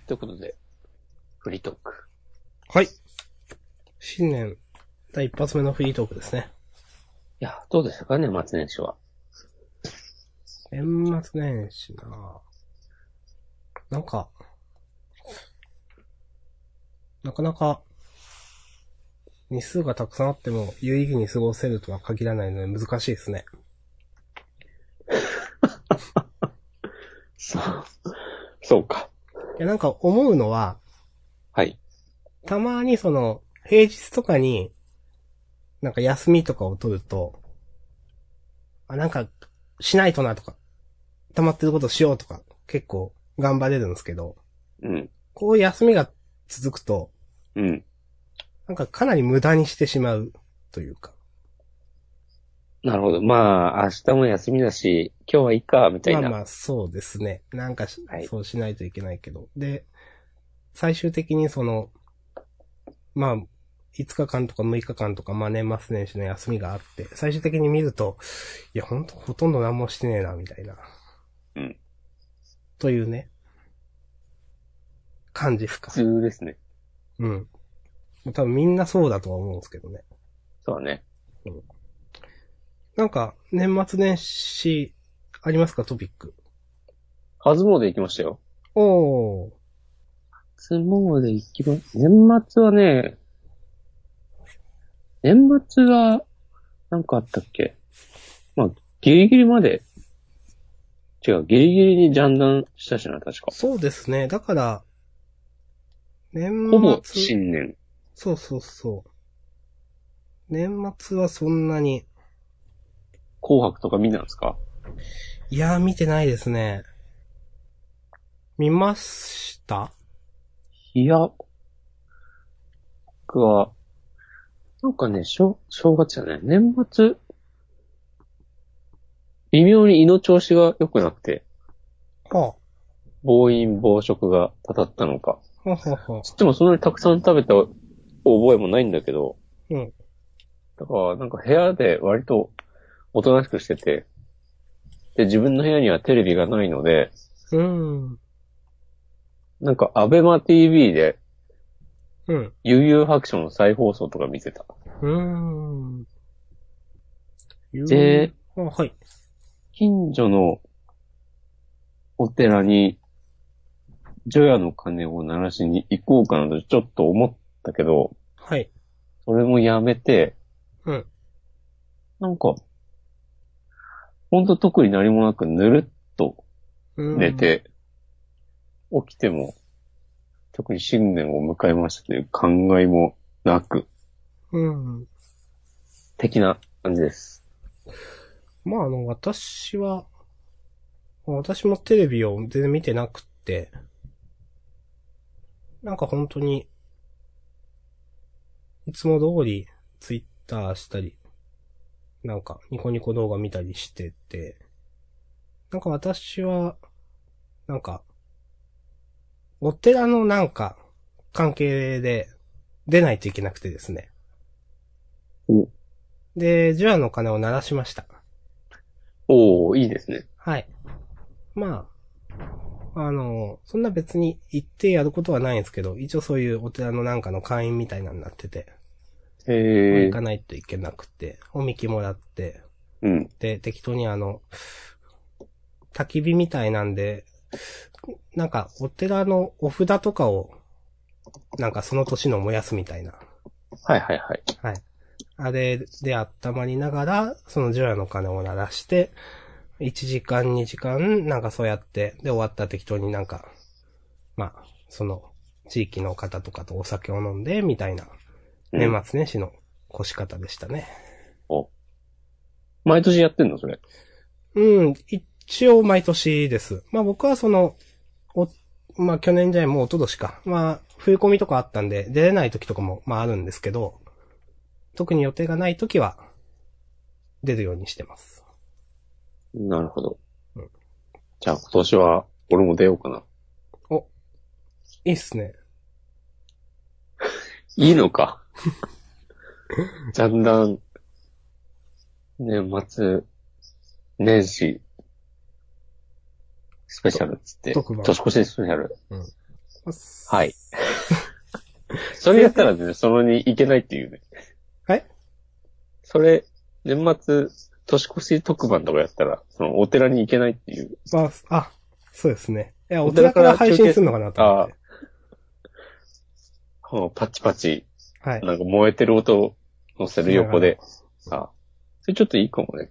ということで、フリートーク。 はい。新年第一発目のフリートークですね。 いや、どうでしたかね、年末年始は。 年末年始ななんか、なかなか日数がたくさんあっても有意義に過ごせるとは限らないので難しいですね。 そう。そうか。 いやなんか思うのは、 はい。 たまにその、平日とかに、なんか休みとかを取ると、なんか、しないとなとか、溜まってることしようとか、結構頑張れるんですけど、 うん。 こういう休みが続くと、 うん。 なんかかなり無駄にしてしまうというか。 なるほど。まあ、明日も休みだし、今日はいいか、みたいな。 まあまあ、そうですね。なんかはい。 そうしないといけないけど。で、最終的にその、まあ、5日間とか6日間とか、まあ年末年始の休みがあって、最終的に見ると、いや、ほとんど何もしてねえな、みたいな。 うん。 というね、感じっす普か。 通ですね。 うん。多分みんなそうだとは思うんですけどね。 そうだね。 うん。なんか、年末年始、ありますか、トピック。 初詣行きましたよ。 おー。 初詣行きま、年末はね、年末は、なんかあったっけ。まあ、ギリギリまで、違う、ギリギリにジャンダンしたしな、確か。 そうですね。だから、年ほぼ末、 新年。 そうそうそう。年末はそんなに、 紅白とか見たんですか？ いやー見てないですね。見ましたいや、僕は、なんかね、正月じゃない。年末、微妙に胃の調子が良くなくて、 は暴飲暴食がたたったのか。 あ、はははつってもそんなにたくさん食べた覚えもないんだけど、 うん。 だからなんか部屋で割とおとなしくしてて、で、自分の部屋にはテレビがないので、 うーん。 なんかアベマ TV でうん。 悠々白書の再放送とか見てた。 うーん。 で、 はい。 近所のお寺に除夜の鐘を鳴らしに行こうかなとちょっと思ったけど、 はい。 それもやめて、 うん。 なんか、ほんと特に何もなくぬるっとうーん。 寝て、起きても特に新年を迎えましたという考えもなく、 うん。 的な感じです。 まあ、私もテレビを全然見てなくって、なんか本当に、いつも通り、ツイッターしたり、なんか、ニコニコ動画見たりしてて、なんか私は、なんか、お寺のなんか、関係で出ないといけなくてですね。 お、 で、除夜の鐘を鳴らしました。 おー、いいですね。 はい。まあ、そんな別に行ってやることはないんですけど、一応そういうお寺のなんかの会員みたいなのになってて、まあ行へー、 かないといけなくて、おみきもらって、 うん。 で、適当に焚き火みたいなんで、なんかお寺のお札とかを、なんかその年の燃やすみたいな。 はいはいはい。 はい。あれで温まりながら、その除夜の鐘を鳴らして、1時間2時間、なんかそうやって、で終わったら適当になんか、まあ、その、地域の方とかとお酒を飲んで、みたいな、 うん。 年末年始の越し方でしたね。 お、毎年やってんのそれ？ うん、一応毎年です。まあ僕はその、お、まあ去年じゃない、もう一昨年か。まあ、冬込みとかあったんで、出れない時とかも、まああるんですけど、特に予定がない時は、出るようにしてます。 なるほど。 うん、 じゃあ今年は俺も出ようかな。 お、いいっすね。 いいのか。ジャンダン、年末、年始、スペシャルっつって、 特番。 年越しスペシャル。 うん。 はい。それやったらね、そのに行けないっていうね。 はい。 それ、年末、年越し特番とかやったら、そのお寺に行けないっていう。 そうですね。いや、 おお寺から配寺から中継信するのかなと思って。 このパチパチ、 はい。 なんか燃えてる音を乗せる横で。あ、それちょっといいかもね。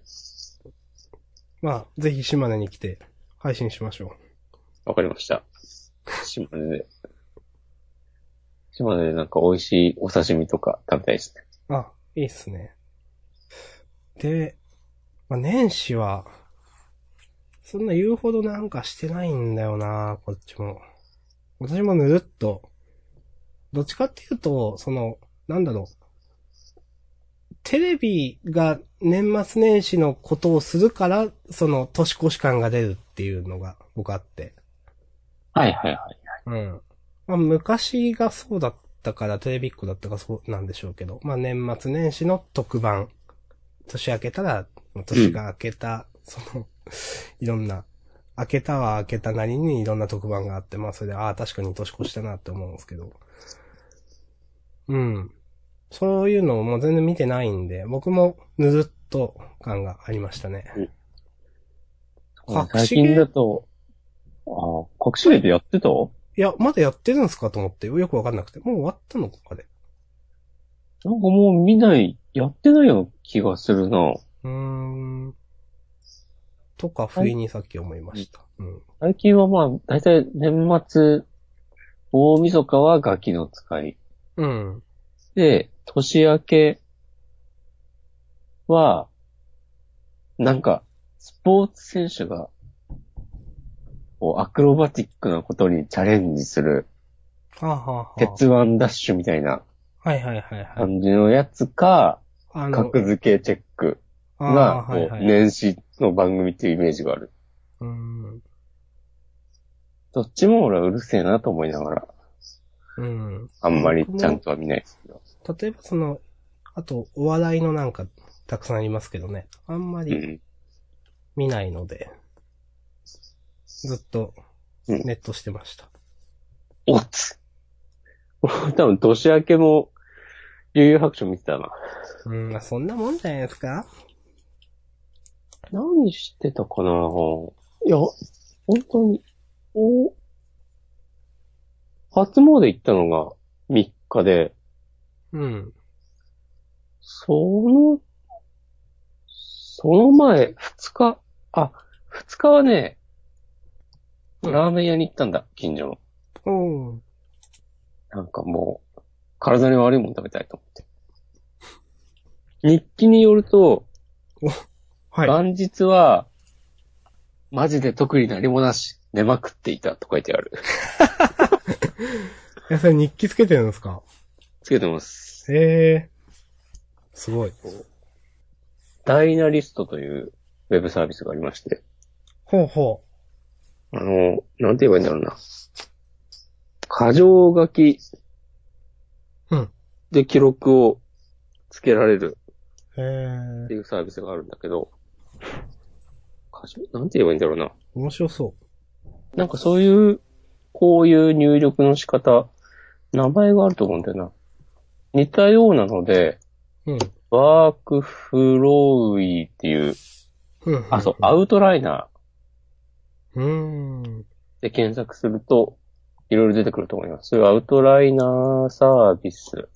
ぜひ島根に来て配信しましょわかりました。島根で。島根でなんか美味しいお刺身とか食べたいですね。 う。いいっすね。で、年始は、そんな言うほどなんかしてないんだよな、こっちも。私もぬるっと。どっちかっていうと、なんだろう。テレビが年末年始のことをするから、年越し感が出るっていうのが僕あって。 はいはいはい。 うん。昔がそうだったからテレビっ子だったからそうなんでしょうけど、年末年始の特番。年明けたら、年が明けた、いろんな、明けたは明けたなりにいろんな特番があって、それで、確かに年越したなって思うんですけど。うん。そういうのをもう全然見てないんで、僕もぬるっと感がありましたね。隠最近し芸だと、隠し芸でやってた？ いや、まだやってるんですかと思って、よくわかんなくて。もう終わったのかで。 なんかもう見ない、やってないような気がするな。 うーん。とか、不意にさっき思いました。うん。 最近はだいたい年末、大晦日はガキの使い。 うん。 で、年明けは、なんか、スポーツ選手が、アクロバティックなことにチャレンジする、 はあ、はあはあ、 鉄腕ダッシュみたいなはいはいはいはい。 感じのやつか、格付けチェックが、 はいはい。 年始の番組っていうイメージがある。どっちも俺はうるせえなと思いながら、 うん。 あんまりちゃんとは見ないですけど。 例えばあと、お笑いのなんか、たくさんありますけどね。あんまり見ないので、ずっと、ネットしてました。 おつ多分年明けも、悠々白書見てたな。 そんなもんじゃないですか？ 何してたかな。いや、本当に、初詣行ったのが3日で、 うん。 その前、2日、2日はね、ラーメン屋に行ったんだ、近所の。 おー。 なんかもう、体に悪いもの食べたいと思って。日記によると、 はい。 元日は、マジで特に何もなし、寝まくっていたと書いてある。 それ日記つけてるんですか？ つけてます。 へえ。すごい。 ダイナリストというウェブサービスがありまして。 ほうほなんて言えばいいんだろうな。箇条書きで記録をつけられるっていうサービスがあるんだけど、なんて言えばいいんだろうな。 面白そう。 なんかこういう入力の仕方、名前があると思うんだよな。似たようなので、ワークフローイっていう、そう、アウトライナーで検索すると、いろいろ出てくると思います。そういうアウトライナーサービス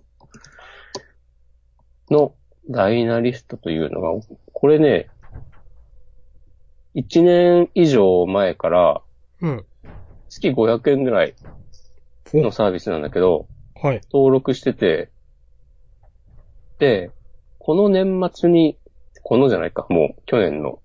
のダイナリストというのが、これね、1年以上前から、月500円ぐらいのサービスなんだけど、登録してて、で、この年末に、このじゃないか、もう去年の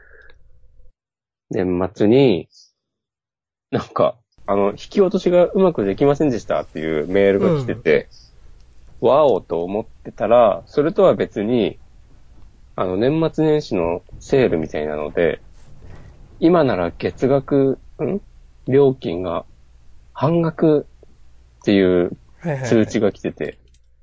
年末に、なんか、引き落としがうまくできませんでしたっていうメールが来てて、わおと思ってたら、それとは別に、年末年始のセールみたいなので、今なら月額、料金が半額っていう通知が来てて、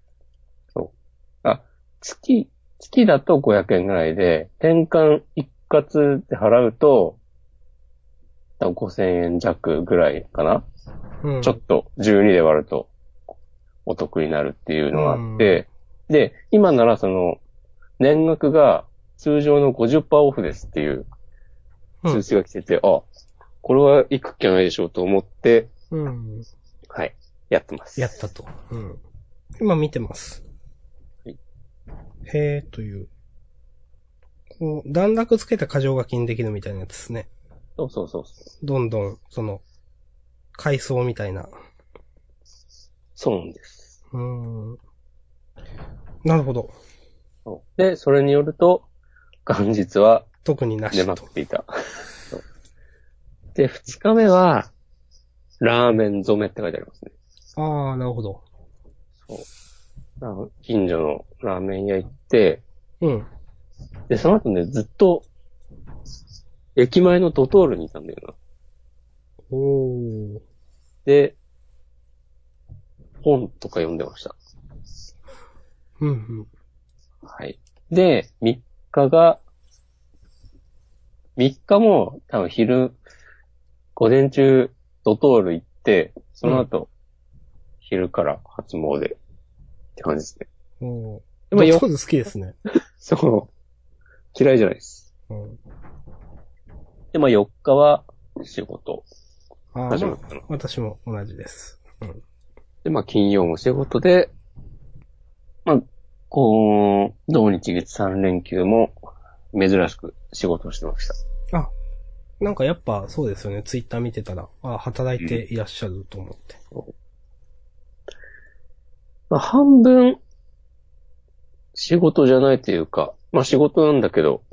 月だと500円ぐらいで、年間一括で払うと、5000円弱ぐらいかなうん。 ちょっと12で割るとお得になるっていうのがあって、で、今ならその、年額が通常の 50% オフですっていう通知が来てて、あ、これは行くっきゃないでしょうと思って、 うん。 はい、やってます。 やったと。うん。今見てます。 はい、 へーという。こう、段落つけた箇条書きにできるみたいなやつですね。 そうそうそう。 どんどん、階層みたいな。 そうなんです。 なるほど。 で、それによると、元日は特になし出まくっていた。で、2日目は、ラーメン染めって書いてありますね。 ああ、なるほど。 そう。近所のラーメン屋行って、 うん。 で、その後ね、ずっと、駅前のドトールにいたんだよな。 おー。 で、本とか読んでました。 うんうん。 はい。で、3日も多分午前中ドトール行って、その後、昼から初詣って感じですね。 おー。 でもドトール好きですね。 そう。嫌いじゃないです。 うん。 で、4日は仕事ああ、 始まったの。 私も同じです。うん。 で、金曜も仕事で、土日月3連休も珍しく仕事をしてました。 あ、なんかやっぱそうですよね。ツイッター見てたら、働いていらっしゃると思って。 半分仕事じゃないというか、仕事なんだけど、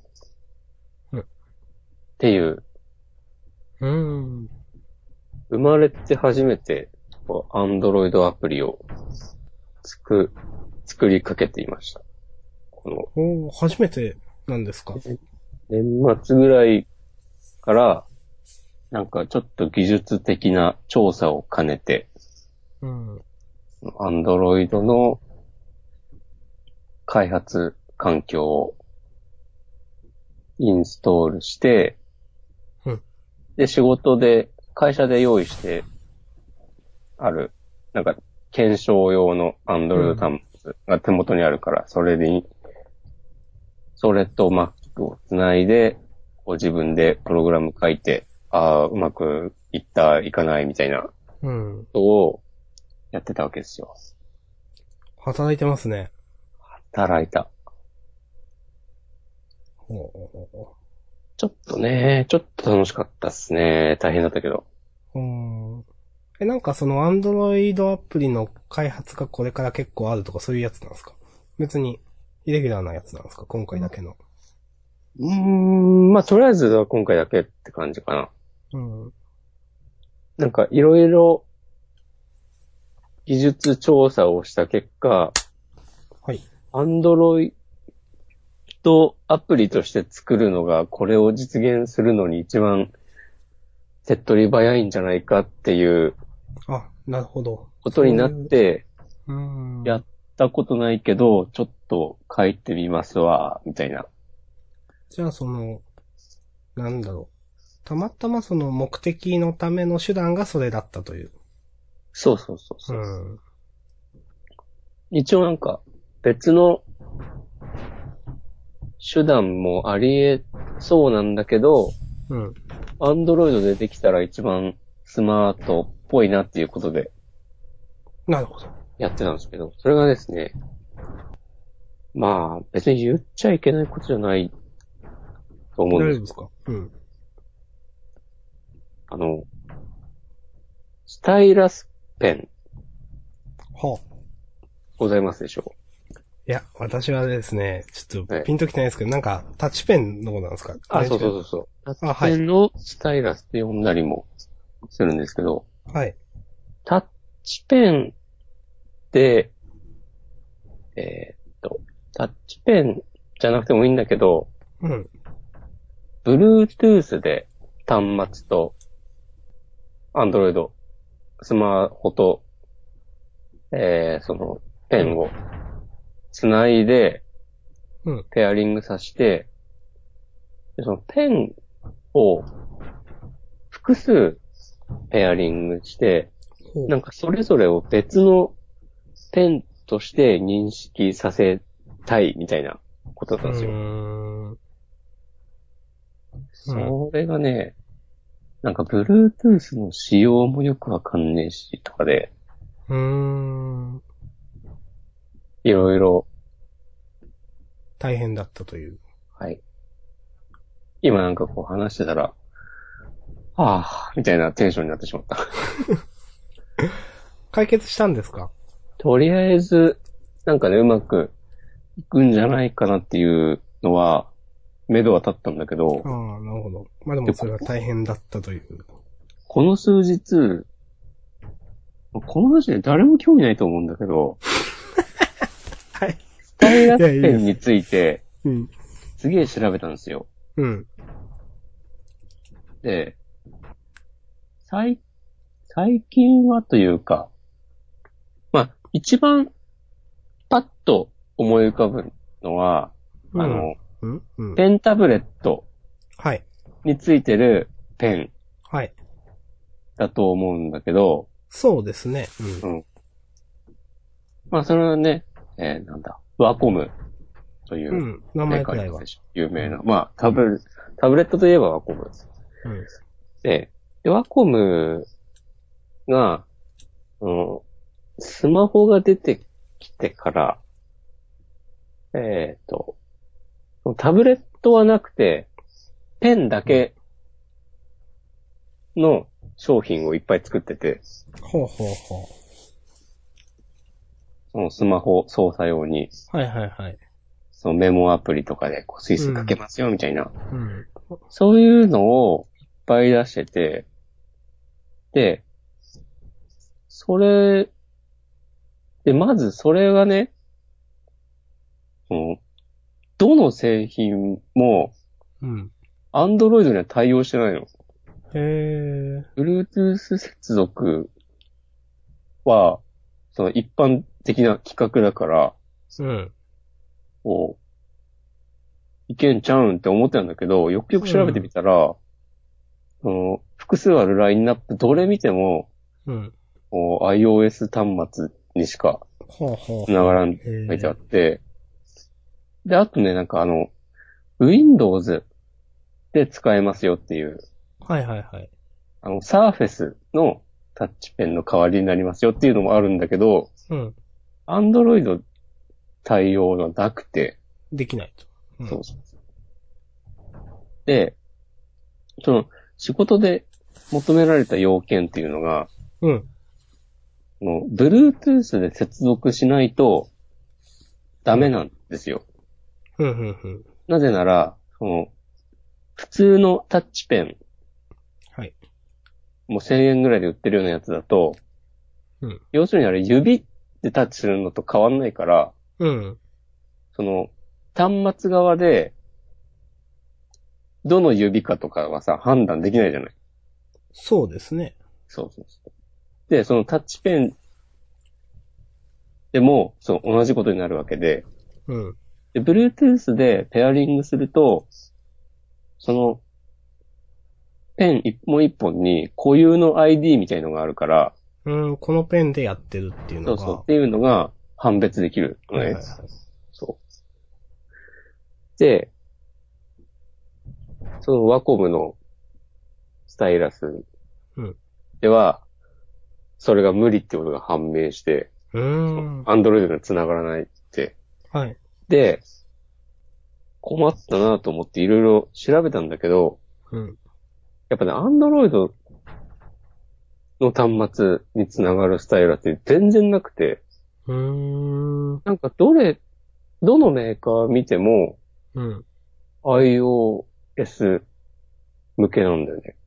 っていう。生まれて初めて、アンドロイドアプリを作りかけていました。 初めてなんですか？ 年末ぐらいから、なんかちょっと技術的な調査を兼ねて、アンドロイドの開発環境をインストールして、で、会社で用意してある、なんか、検証用のアンドロイド端末が手元にあるから、それと Mac をつないで、自分でプログラム書いて、うまくいかないみたいな、ことをやってたわけですよ。 働いてますね。 働いた。ちょっと楽しかったっすね。大変だったけど。 なんかアンドロイドアプリの開発がこれから結構あるとかそういうやつなんですか？別に、イレギュラーなやつなんですか？今回だけの。 とりあえずは今回だけって感じかな。なんか、いろいろ、技術調査をした結果、 はい。 アンドロイドアプリとして作るのが、これを実現するのに一番手っ取り早いんじゃないかっていう、 なるほど。 ことになって、やったことないけど、ちょっと書いてみますわ、みたいな。 じゃあなんだろう。たまたま目的のための手段がそれだったという。 そう。一応なんか、別の手段もあり得そうなんだけど、アンドロイドでできたら一番スマートっぽいなっていうことで、 なるほど。 やってたんですけど、それがですね、別に言っちゃいけないことじゃないと思うんです。 大丈夫ですか？ スタイラスペン。 はあ。 ございますでしょう？ いや、私はですね、ちょっとピンときてないですけど、なんか、タッチペンのことなんですか？ そう。タッチペンのスタイラスって呼んだりもするんですけど、 はい。 タッチペンって、タッチペンじゃなくてもいいんだけど、Bluetooth で端末と、Android、スマホと、ペンをつないで、ペアリングさせて、でそのペンを複数ペアリングして、 なんかそれぞれを別のペンとして認識させたいみたいなことだったんですよ。それがね、なんか Bluetooth の仕様もよくわかんねえし、とかで、いろいろ、 大変だったという。 はい。今なんかこう話してたら、はぁ、みたいなテンションになってしまった。 解決したんですか？ とりあえず、なんかね、うまくいくんじゃないかなっていうのは、目処は立ったんだけど、 ああ、なるほど。まあでもそれは大変だったという。 この数日、この話で誰も興味ないと思うんだけど、 はい。 スタイラスペンについて、 うん。 すげえ調べたんですよ。 うん。 で、最近はというか、まあ、一番パッと思い浮かぶのは、ペンタブレットはい。 についてるペンはい。 だと思うんだけど、 そうですね。 うん。まあ、それはね、なんだ、ワコムという名前くらいは。 有名な。まあ、タブレットといえばワコムです。で、ワコムが、スマホが出てきてから、タブレットはなくて、ペンだけの商品をいっぱい作ってて、 ほうほうほう。 そのスマホ操作用に、 はいはいはい。 そのメモアプリとかでこうスイスイ書けますよみたいな、 うん。 そういうのをいっぱい出してて、で、まずそれがね、どの製品も、アンドロイドには対応してないの。Bluetooth 接続は、その一般的な規格だから、こう、いけんちゃうんって思ってたんだけど、よくよく調べてみたら、複数あるラインナップ、どれ見ても、iOS 端末にしか繋がらんって書いてあって、で、あとね、なんかWindows で使えますよっていう、 はいはいはい。 Surface のタッチペンの代わりになりますよっていうのもあるんだけど、Android 対応がなくて、 できないと。 そうそう。で、その、仕事で求められた要件っていうのが、Bluetooth で接続しないとダメなんですよ。なぜなら、普通のタッチペン、もう1000円ぐらいで売ってるようなやつだと、要するにあれ指でタッチするのと変わんないから、その、端末側で、どの指かとかはさ、判断できないじゃない。 そうですね。 そうそうそう。で、そのタッチペンでも、同じことになるわけで、で、Bluetooth でペアリングすると、その、ペン一本一本に固有の ID みたいのがあるから、 このペンでやってるっていうのが。 そうそう。っていうのが判別できるのね。そう。で、そのワコムのスタイラスでは、それが無理ってことが判明して、アンドロイドに繋がらないって。で、困ったなと思っていろいろ調べたんだけど、やっぱね、アンドロイドの端末に繋がるスタイラスって全然なくて、なんかどのメーカー見ても、iOS 向けなんだよね。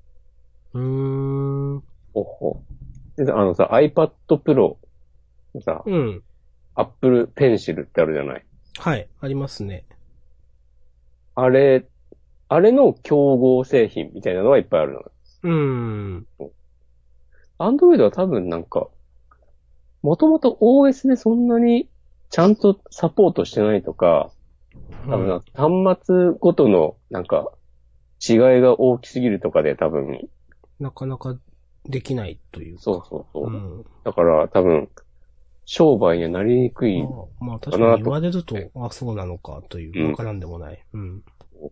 ほほ。で、iPad Pro のさ、Apple Pencil ってあるじゃない。 はい、ありますね。 あれの競合製品みたいなのはいっぱいあるの。アンドロイドは多分なんか、もともと OS でそんなにちゃんとサポートしてないとか、多分端末ごとのなんか違いが大きすぎるとかで多分。 なかなかできないというか。 そうそうそう。 うん。 だから多分、商売にはなりにくいまあかなと。 確かに言われると、あ、そうなのかという、わからんでもない。うん。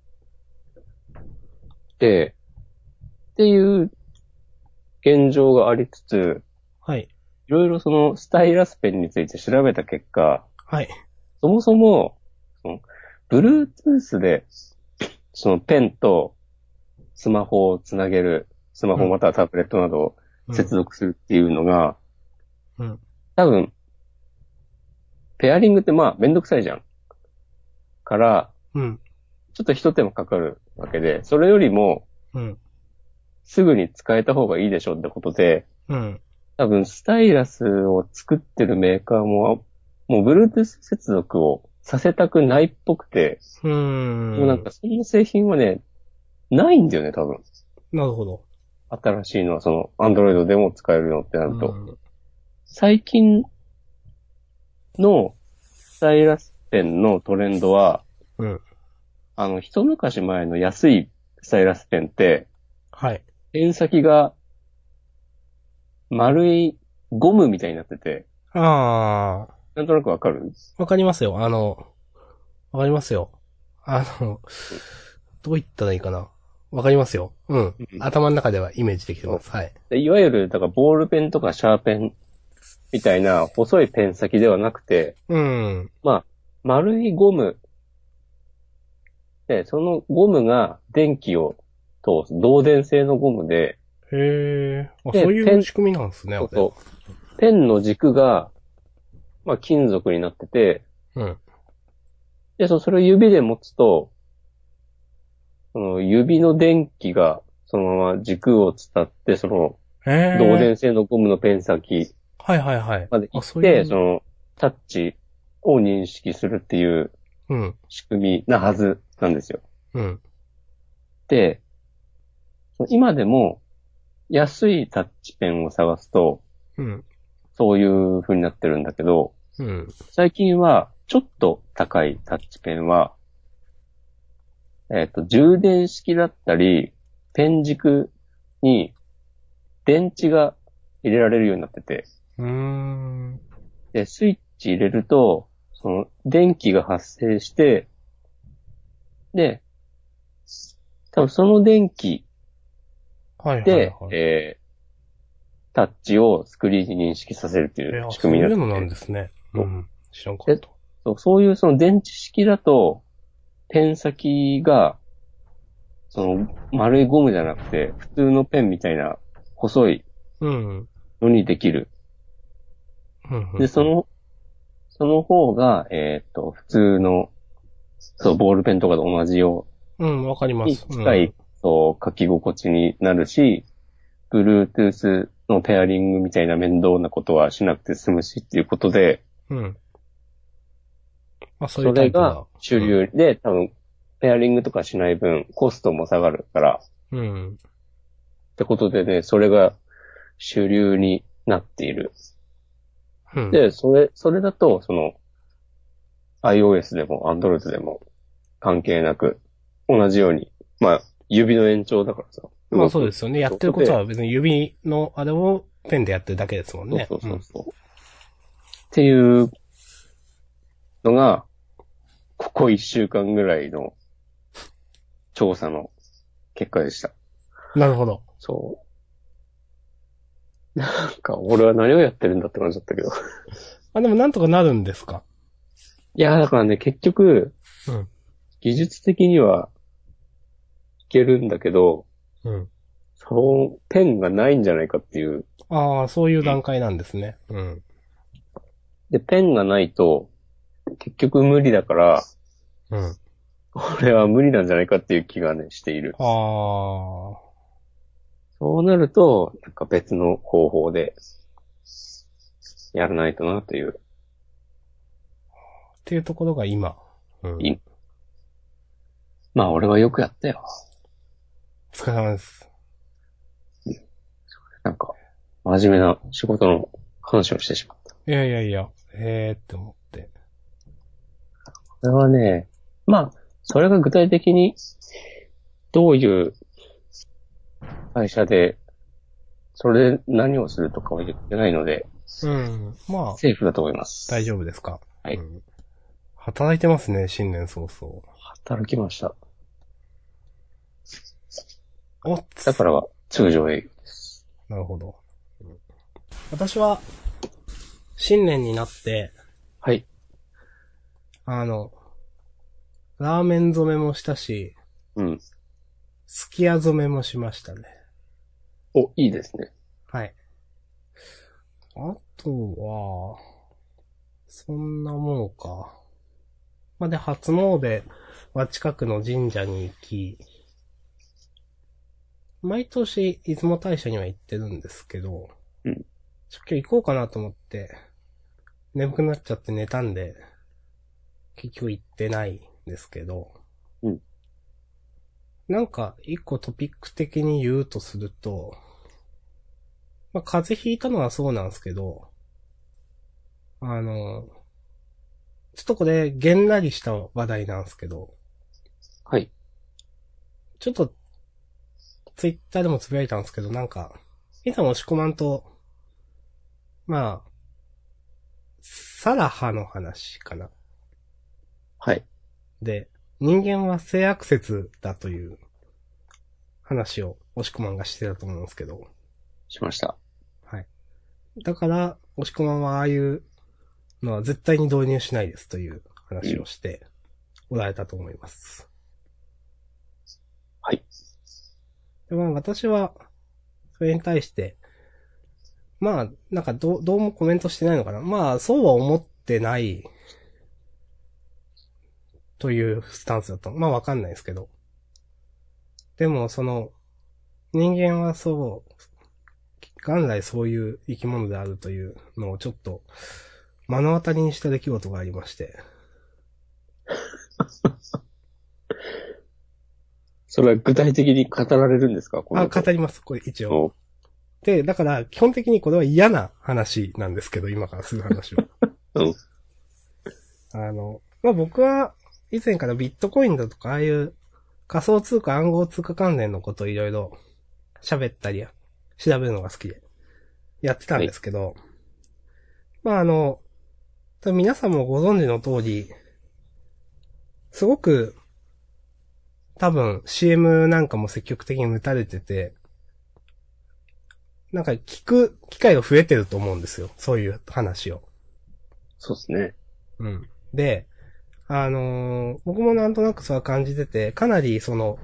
で、っていう現状がありつつ、 はい。 いろいろそのスタイラスペンについて調べた結果、 はい。 そもそも、その Bluetooth で、そのペンとスマホをつなげる、スマホまたはタブレットなどを接続するっていうのが、 うん。 多分、ペアリングってまあめんどくさいじゃん。から、 うん。 ちょっと一手間かかるわけで、それよりもうん。 すぐに使えた方がいいでしょってことで、 うん。 多分スタイラスを作ってるメーカーも、もう Bluetooth 接続をさせたくないっぽくて、 うーん。 もうなんかそんな製品はね、ないんだよね、多分。 なるほど。 新しいのはその Android でも使えるのってなると。 うん。 最近のスタイラスペンのトレンドは、 うん。 一昔前の安いスタイラスペンって、 はい。 ペン先が丸いゴムみたいになってて、 あなんとなくわかる？ わかりますよ。わかりますよ。どう言ったらいいかな。わかりますよ。うん。 うん。 頭の中ではイメージできてます。はい。 でいわゆる、だからボールペンとかシャーペンみたいな細いペン先ではなくて、 うん。 まあ、丸いゴムで、そのゴムが電気を通す、導電性のゴムで、 へえ。あ、 で、 そういう仕組みなんですね、あれ。 そうそう、ペンの軸が、まあ、金属になってて、 うん。 で、それを指で持つと、その指の電気がそのまま軸を伝って、そのへ導え。 電性のゴムのペン先はいはいはい。 まであ、 行って、 そういう。 そのタッチを認識するっていううん。 仕組みなはずなんですよ。 うん。 で、今でも安いタッチペンを探すと、 うん。 そういう風になってるんだけど、 うん。 最近はちょっと高いタッチペンは、充電式だったり、ペン軸に電池が入れられるようになってて、 うーん。 で、スイッチ入れると、その電気が発生して、で、多分その電気はいはいで、 はい。 タッチをスクリーンに認識させるっていうあ、 仕組みそういうのなんになってて、 ですね。うそうん。知らんかっでた。 そういうその電池式だと、ペン先が、その丸いゴムじゃなくて、普通のペンみたいな細いうん。 のにできる。 うん。うで、 ん。 その方が、普通の、そう、ボールペンとかと同じようん、わかりまうにす。うん。 近い、そう、書き心地になるし、Bluetooth のペアリングみたいな面倒なことはしなくて済むしっていうことで、 うん。あ、そういうそれがタイプだ。 主流で、多分、ペアリングとかしない分、コストも下がるから、 うん。うん。 ってことでね、それが主流になっている。 うん。 で、それだと、その、iOS でも Android でも関係なく、同じように、まあ、指の延長だからさ、 まあ動く。 そうですよね。やってることそこで、 は別に指のあれをペンでやってるだけですもんね。 そうそううん。 そうそう。っていうのが、ここ一週間ぐらいの調査の結果でした。 なるほど。 そう。なんか、俺は何をやってるんだって感じだったけど。 あ、でもなんとかなるんですか？ いや、だからね、結局、 うん。 技術的にはいけるんだけど、 うん。 そのペンがないんじゃないかっていう。 ああ、そういう段階なんですね。うん。 で、ペンがないと、結局無理だから、 うん。 これは無理なんじゃないかっていう気がね、している。 ああ。っそうなると、なんか別の方法でやらないとなという。 ていうところが今。うん。 まあ俺はよくやったよ。 お疲れ様です。 なんか、真面目な仕事の話をしてしまった。 いやいやいや、って思って。 これはね、まあ、それが具体的にどういう会社で、 それで何をするとかは言ってないので、 うん。まあ、 セーフだと思います。 大丈夫ですか。 はい。 うん、働いてますね、新年早々。 働きました。 おだからは通常営業です。 なるほど。私は、新年になって、 はい。 ラーメン染めもしたし、 うん。 すき家染めもしましたね。 お、いいですね。 はい。あとは、そんなもんか。まあ、で、初詣は近くの神社に行き、毎年出雲大社には行ってるんですけど、 うん。 今日行こうかなと思って、眠くなっちゃって寝たんで、結局行ってないんですけど、 うん。 なんか一個トピック的に言うとすると、まあ、風邪ひいたのはそうなんですけど、ちょっとこれ、げんなりした話題なんですけど、 はい。 ちょっと、ツイッターでもつぶやいたんですけど、なんか、いつも押し込まんと、まあ、サラハの話かな。 はい。 で、人間は性悪説だという話を押し込まんがしてたと思うんですけど、 しました。 はい。だから、押し込まんはああいうのは絶対に導入しないですという話をしておられたと思います。 はい。 で、まあ私は、それに対して、まあ、なんかどうもコメントしてないのかな。まあ、そうは思ってないというスタンスだと。まあわかんないですけど。でも、人間はそう、元来そういう生き物であるというのをちょっと目の当たりにした出来事がありまして。 それは具体的に語られるんですか、この後。 語ります、これ一応。で、だから、基本的にこれは嫌な話なんですけど、今からする話は。 うん。 まあ、僕は、以前からビットコインだとか、ああいう仮想通貨暗号通貨関連のことをいろいろ喋ったり、調べるのが好きで、やってたんですけど、はい、まあ多分皆さんもご存知の通り、すごく、多分 CM なんかも積極的に打たれてて、なんか聞く機会が増えてると思うんですよ。そういう話を。 そうですね。 うん。で、僕もなんとなくそうは感じてて、かなり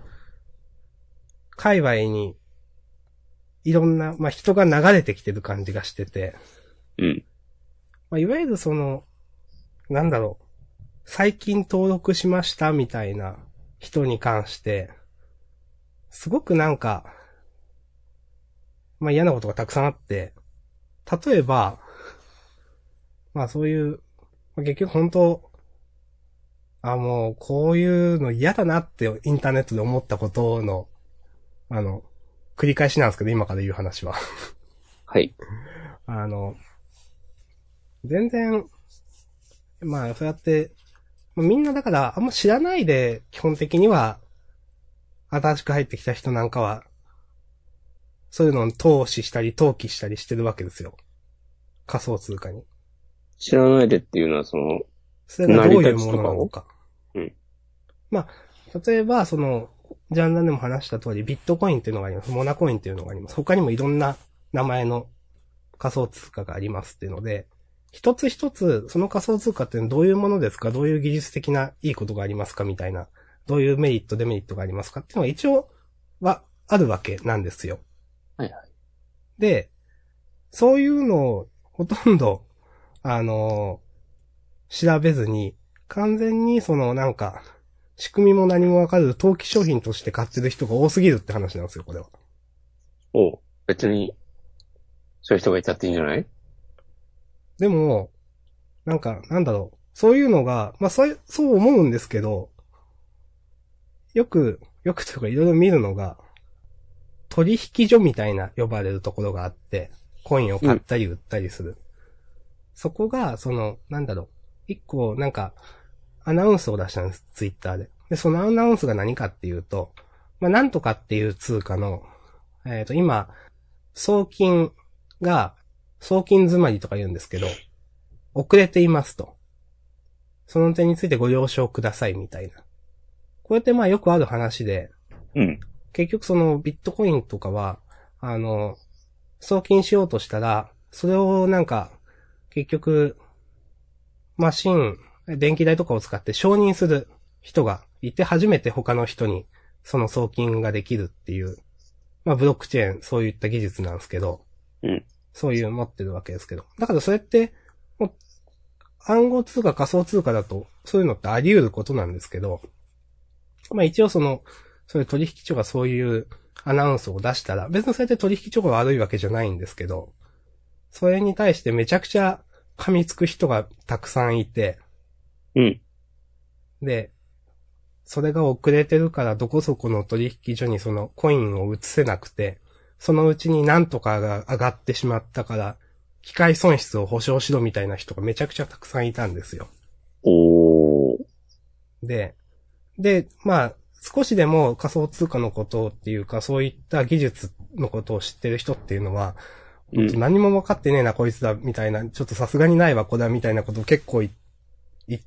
界隈に、いろんな、まあ、人が流れてきてる感じがしてて、 うん。 まあ、いわゆるなんだろう、最近登録しましたみたいな人に関して、すごくなんか、まあ、嫌なことがたくさんあって、例えば、まあそういう、まあ、結局本当、もうこういうの嫌だなってインターネットで思ったことの、繰り返しなんですけど、今から言う話は。 はい。 全然、まあそうやって、みんなだからあんま知らないで、基本的には、新しく入ってきた人なんかは、そういうのを投資したり、投機したりしてるわけですよ。仮想通貨に。 知らないでっていうのはそれがどういうものなのか。 うん。 まあ、例えば、ジャンダンでも話した通り、ビットコインっていうのがあります。モナコインっていうのがあります。他にもいろんな名前の仮想通貨がありますっていうので、一つ一つ、その仮想通貨ってどういうものですか、どういう技術的ないいことがありますかみたいな、どういうメリット、デメリットがありますかっていうのが一応はあるわけなんですよ。 はいはい。 で、そういうのをほとんど、調べずに、完全になんか、仕組みも何もわかる投機商品として買ってる人が多すぎるって話なんですよ、これは。 別に、そういう人がいたっていいんじゃない？ でも、なんか、なんだろう。そういうのが、まあ、そう思うんですけど、よくというかいろいろ見るのが、取引所みたいな呼ばれるところがあって、コインを買ったり売ったりする。そこが、なんだろう。一個、なんか、アナウンスを出したんです、ツイッターで。で、そのアナウンスが何かっていうと、まあ、なんとかっていう通貨の、今、 送金詰まりとか言うんですけど、遅れていますと。その点についてご了承くださいみたいな。これってまあよくある話で、 うん。 結局そのビットコインとかは、送金しようとしたら、それをなんか、結局、電気代とかを使って承認する人がいて初めて他の人にその送金ができるっていう、まあブロックチェーン、そういった技術なんですけど、 うん。 そういう持ってるわけですけど。だからそれって、もう暗号通貨仮想通貨だと、そういうのってあり得ることなんですけど、まあ一応そういう取引所がそういうアナウンスを出したら、別にそれで取引所が悪いわけじゃないんですけど、それに対してめちゃくちゃ噛みつく人がたくさんいて、 うん。 で、それが遅れてるからどこそこの取引所にそのコインを移せなくて、そのうちになんとかが上がってしまったから、機械損失を保証しろみたいな人がめちゃくちゃたくさんいたんですよ。 おー。 で、まあ、少しでも仮想通貨のことっていうか、そういった技術のことを知ってる人っていうのは、 うん。 何も分かってねえな、こいつだ、みたいな、ちょっとさすがにないわ、こだ、みたいなことを結構言って、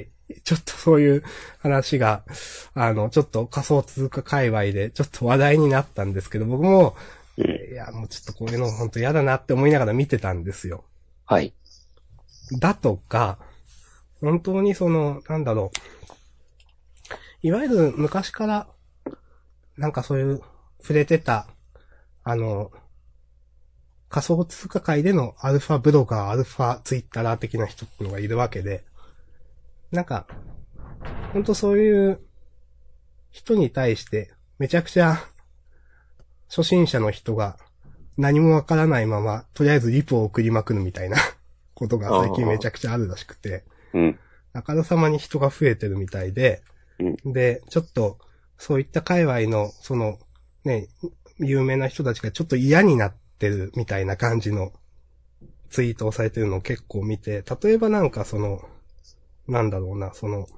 ちょっとそういう話が、ちょっと仮想通貨界隈でちょっと話題になったんですけど、僕も、 うん。 いや、もうちょっとこういうの本当嫌だなって思いながら見てたんですよ。 はい。 だとか、本当になんだろう。いわゆる昔から、なんかそういう触れてた、あの、仮想通貨界でのアルファブロガー、アルファツイッター的な人っていうのがいるわけで、なんか、ほんとそういう人に対して、めちゃくちゃ、初心者の人が何もわからないまま、とりあえずリプを送りまくるみたいなことが最近めちゃくちゃあるらしくて、 うん。 あからさまに人が増えてるみたいで、 うん。 で、ちょっと、そういった界隈の、ね、有名な人たちがちょっと嫌になってるみたいな感じのツイートをされてるのを結構見て、例えばなんかなんだろうな、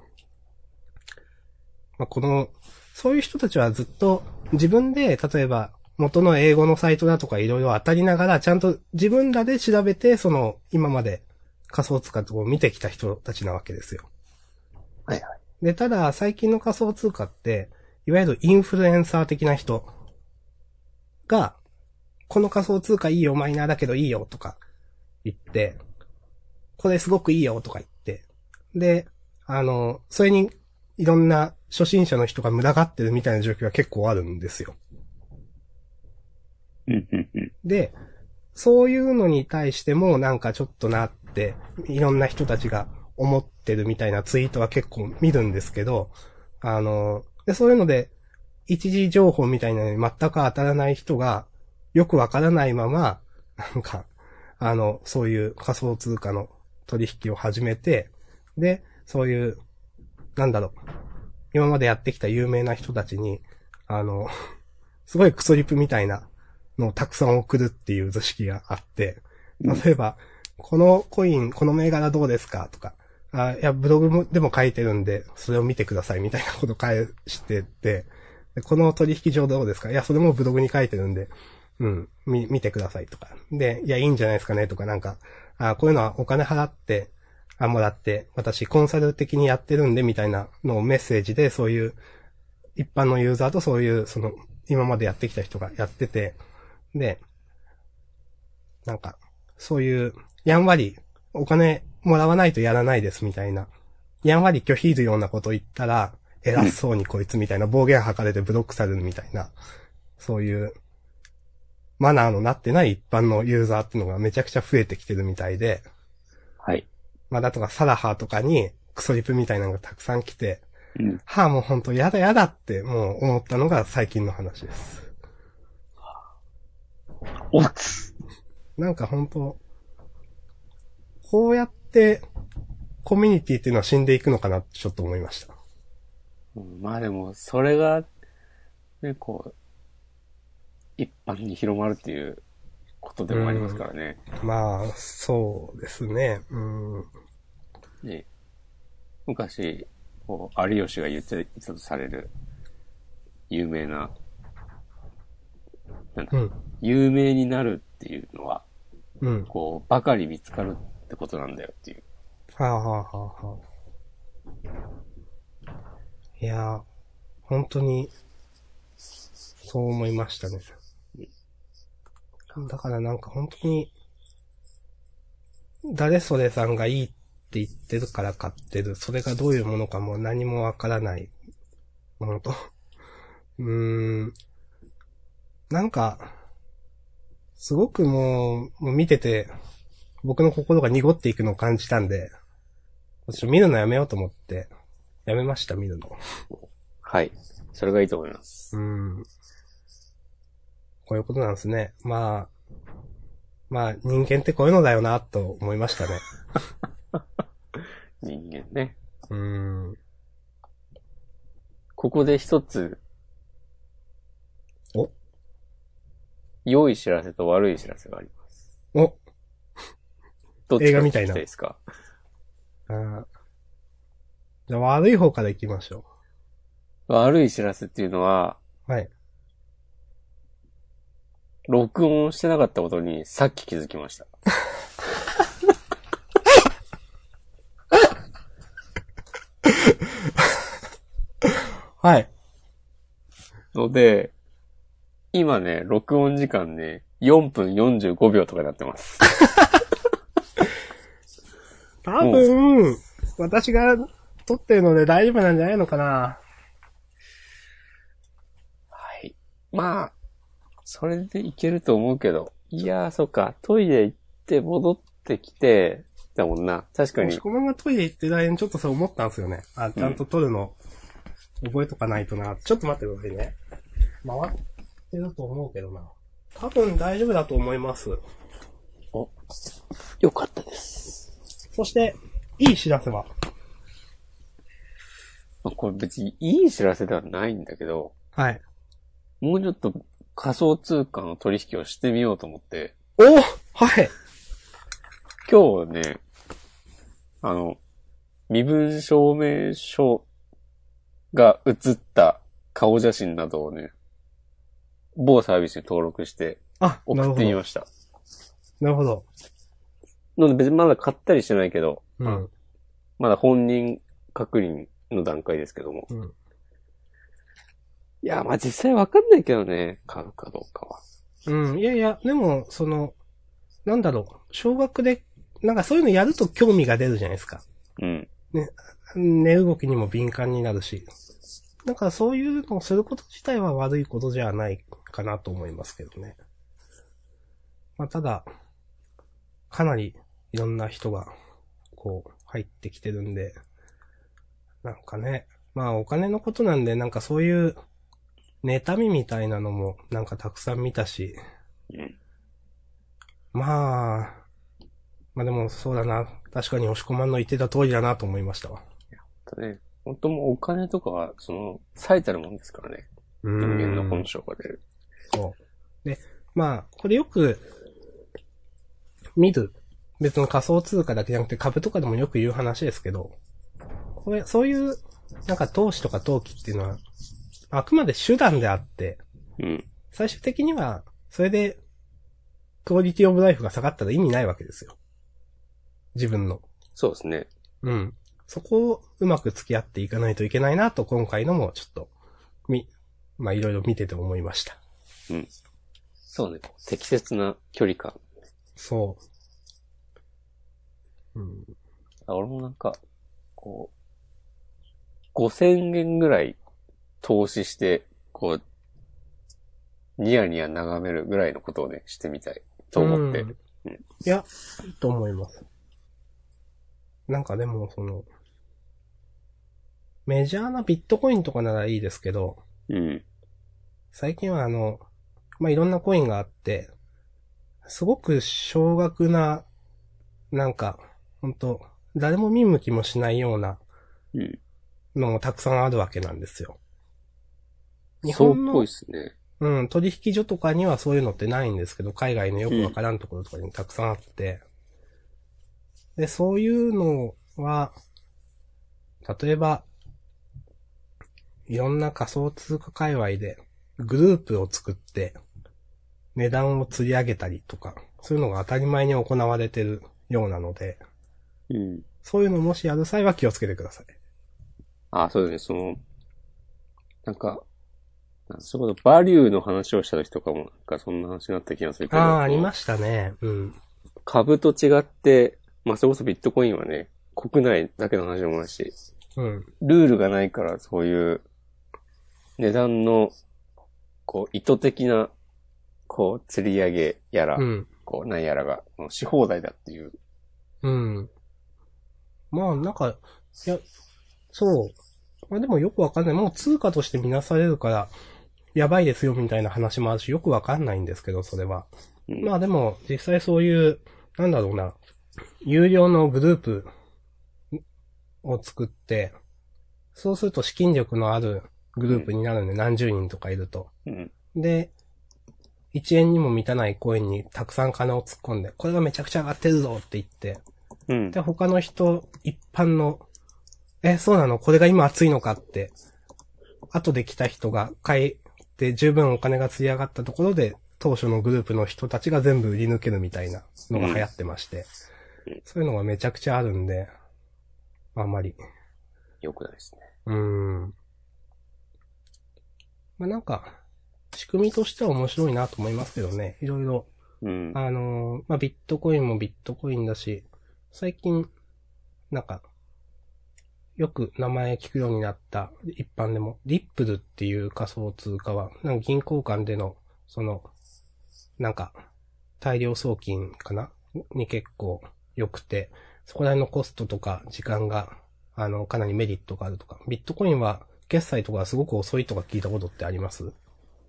まあ、そういう人たちはずっと自分で、例えば元の英語のサイトだとかいろいろ当たりながら、ちゃんと自分らで調べて、今まで仮想通貨とかを見てきた人たちなわけですよ。 はいはい。 で、ただ、最近の仮想通貨って、いわゆるインフルエンサー的な人が、この仮想通貨いいよ、マイナーだけどいいよ、とか言って、これすごくいいよ、とか言って、で、それに、いろんな初心者の人が群がってるみたいな状況が結構あるんですよ。 うん。うん。うん。 で、そういうのに対してもなんかちょっとなって、いろんな人たちが思ってるみたいなツイートは結構見るんですけど、そういうので、一時情報みたいなのに全く当たらない人が、よくわからないまま、なんか、そういう仮想通貨の取引を始めて、で、そういう、なんだろう、今までやってきた有名な人たちに、すごいクソリプみたいなのをたくさん送るっていう図式があって、例えば、このコイン、この銘柄どうですかとか、いや、ブログでも書いてるんで、それを見てくださいみたいなこと返してて、でこの取引上どうですかいや、それもブログに書いてるんで、見てくださいとか。で、いや、いいんじゃないですかねとか、なんか、こういうのはお金払って、もらって、私コンサル的にやってるんで、みたいなのをメッセージで、そういう、一般のユーザーとそういう、今までやってきた人がやってて、で、なんか、そういう、やんわり、お金もらわないとやらないですみたいな、やんわり拒否るようなこと言ったら、偉そうにこいつみたいな暴言吐かれてブロックされるみたいな、そういう、マナーのなってない一般のユーザーっていうのがめちゃくちゃ増えてきてるみたいで、 はい。 まあだとかサラハとかにクソリプみたいなのがたくさん来て、 うん。 もうほんとやだやだってもう思ったのが最近の話です。 おつ。 なんかほんと、こうやってコミュニティっていうのは死んでいくのかなってちょっと思いました。 まあでも、それが、ね、一般に広まるっていうことでもありますからね。 まあ、そうですね。 ね、昔、有吉が言ってたとされる、有名な、 なんだ、 うん。 有名になるっていうのは、 うん。 こう、ばかり見つかるってことなんだよっていう。 はあ、はあはあはあ、いやー、本当に、そう思いましたね。だからなんか本当に、誰それさんがいいって言ってるから買ってる。それがどういうものかも何もわからないものと。なんか、すごくもう見てて、僕の心が濁っていくのを感じたんで、ちょっと見るのやめようと思って、やめました、見るの。 はい。それがいいと思います。 こういうことなんですね。まあ、人間ってこういうのだよな、と思いましたね。 人間ね。 うーん。 ここで一つ、 お良い知らせと悪い知らせがあります。 おどっちから聞きたい映画みたいなですか？ あーじゃあ悪い方から行きましょ悪い知らせっていうのは、 う。はい。 録音してなかったことにさっき気づきました。 はい。 ので、今ね、録音時間ね、4分45秒とかになってます。 多分、私が撮ってるので大丈夫なんじゃないのかな。 はい。まあ、それでいけると思うけど。いやー、そっか。トイレ行って戻ってきて、だもんな。確かに。 押し込まんがトイレ行ってる間にちょっとそう思ったんですよね。あ、ちゃんと撮るの、覚えとかないとな。ちょっと待ってくださいね。回ってると思うけどな。多分大丈夫だと思います。 お、よかったです。 そして、いい知らせは。 まあ、これ別にいい知らせではないんだけど、 はい。 もうちょっと仮想通貨の取引をしてみようと思って、 おはい。 今日ね、身分証明書が写った顔写真などをね、某サービスに登録してあ、な送るほど。 ってみました。 なるほど。 なので別にまだ買ったりしてないけど、 うん。 まだ本人確認の段階ですけども。 うん。 いや、まあ実際わかんないけどね、買うかどうかは。 うん。いやいや、でも、なんだろう。小学で、なんかそういうのやると興味が出るじゃないですか。 うん。 寝動きにも敏感になるし。だからそういうのをすること自体は悪いことじゃないかなと思いますけどね。まあただ、かなりいろんな人が、入ってきてるんで、なんかね、まあお金のことなんで、なんかそういう、妬みみたいなのも、なんかたくさん見たし、 うん。 まあ、まあでもそうだな。確かに押し込まんの言ってた通りだなと思いましたわ。 ね、本当もうお金とかは、最たるもんですからね。人間の本性が出る。 そう。で、まあ、これよく、見る。別の仮想通貨だけじゃなくて株とかでもよく言う話ですけど、そういう、なんか投資とか投機っていうのは、あくまで手段であって、 うん。 最終的には、それで、クオリティオブライフが下がったら意味ないわけですよ。自分の。 そうですね。 うん。そこをうまく付き合っていかないといけないなと、今回のもちょっと、まあいろいろ見てて思いました。 うん。そうね。適切な距離感。 そう。うん。 俺もなんか、5000円ぐらい投資して、ニヤニヤ眺めるぐらいのことをね、してみたいと思って。 いや、いいと思います。なんかでも、メジャーなビットコインとかならいいですけど、 うん。 最近はまあ、いろんなコインがあって、すごく少額な、なんか、ほんと、誰も見向きもしないようなうん。 のもたくさんあるわけなんですよ。日そうっ本の、 ぽいっすね。 うん、取引所とかにはそういうのってないんですけど、海外のよくわからんところとかにたくさんあって、で、そういうのは、例えば、いろんな仮想通貨界隈でグループを作って、 値段を釣り上げたりとか、そういうのが当たり前に行われてるようなので、 うん。 そういうのもしやる際は気をつけてください。 あ、そうですね、なんか、そこでバリューの話をした時とかも、なんかそんな話になった気がするけど、 ああ、ありましたね。うん。 株と違って、まあそれこそビットコインはね、国内だけの話でもないし、 うん。 ルールがないからそういう値段の、こう、意図的な、こう、釣り上げやら、 うん。 こう、なんやらが、し放題だっていう。 うん。まあ、なんか、いや、そう。まあでもよくわかんない。もう通貨として見なされるから、やばいですよみたいな話もあるし、よくわかんないんですけど、それは。 うん。 まあでも、実際そういう、なんだろうな、有料のグループを作って、そうすると資金力のあるグループうん。 になるんで、何十人とかいると。 うん。 で、1円にも満たないコインにたくさん金を突っ込んで、これがめちゃくちゃ上がってるぞって言って、 うん。 で、他の人、一般の、そうなのこれが今熱いのかって、後で来た人が買い、で十分お金が釣り上がったところで、当初のグループの人たちが全部売り抜けるみたいなのが流行ってまして、そういうのがめちゃくちゃあるんで、あんまり。 よくないですね。 まあなんか、仕組みとしては面白いなと思いますけどね。いろいろ。 うん。 まあビットコインもビットコインだし、最近、なんか、よく名前聞くようになった一般でも、リップルっていう仮想通貨は、なんか銀行間での、その、なんか、大量送金かなに結構良くて、そこら辺のコストとか時間が、かなりメリットがあるとか、ビットコインは決済とかすごく遅いとか聞いたことってあります？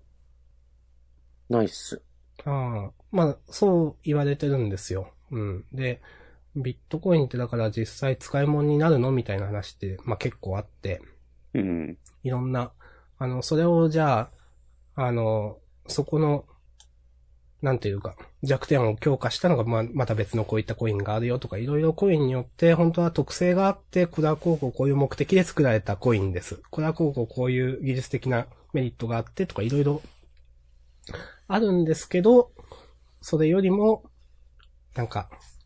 ナイス。 ああ、まあ、そう言われてるんですよ。うん。で、ビットコインってだから実際使い物になるのみたいな話って、まあ結構あって、 うん。 いろんな、それをじゃあ、そこの、なんていうか、弱点を強化したのが、また別のこういったコインがあるよとか、いろいろコインによって、本当は特性があって、これはこういう目的で作られたコインです。これはこういう技術的なメリットがあってとか、いろいろあるんですけど、それよりも、なんか、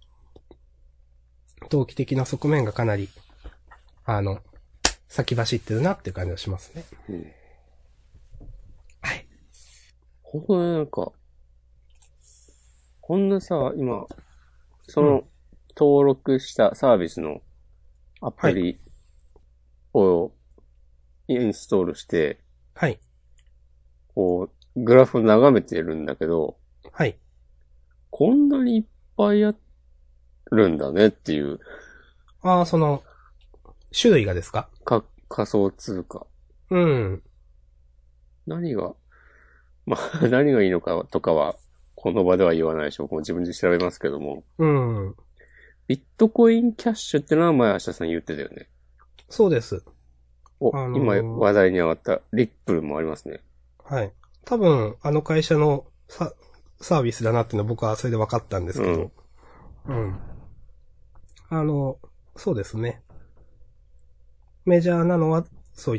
投機的な側面がかなり、あの、先走ってるなっていう感じがしますね。 うん。 はい。 本当ね、なんか、こんなさ、今、そうん。 の、登録したサービスのアはい。 プリをインストールして、 はい。 こう、グラフを眺めてるんだけど、 はい。 こんなにいっぱいあるんだねっていう、 ああ、種類がですか？ 仮想通貨。 うん。 何が、まあ、何がいいのかとかは、この場では言わないでしょう。もう自分で調べますけども。 うん。 ビットコインキャッシュってのは前明日さん言ってたよね。 そうです。 今話題に上がったリップルもありますね。 はい。多分、あの会社のサービスだなっていうのは僕はそれで分かったんですうん。 けど。うん。あの、そうですね。メジャーなのは、そういった、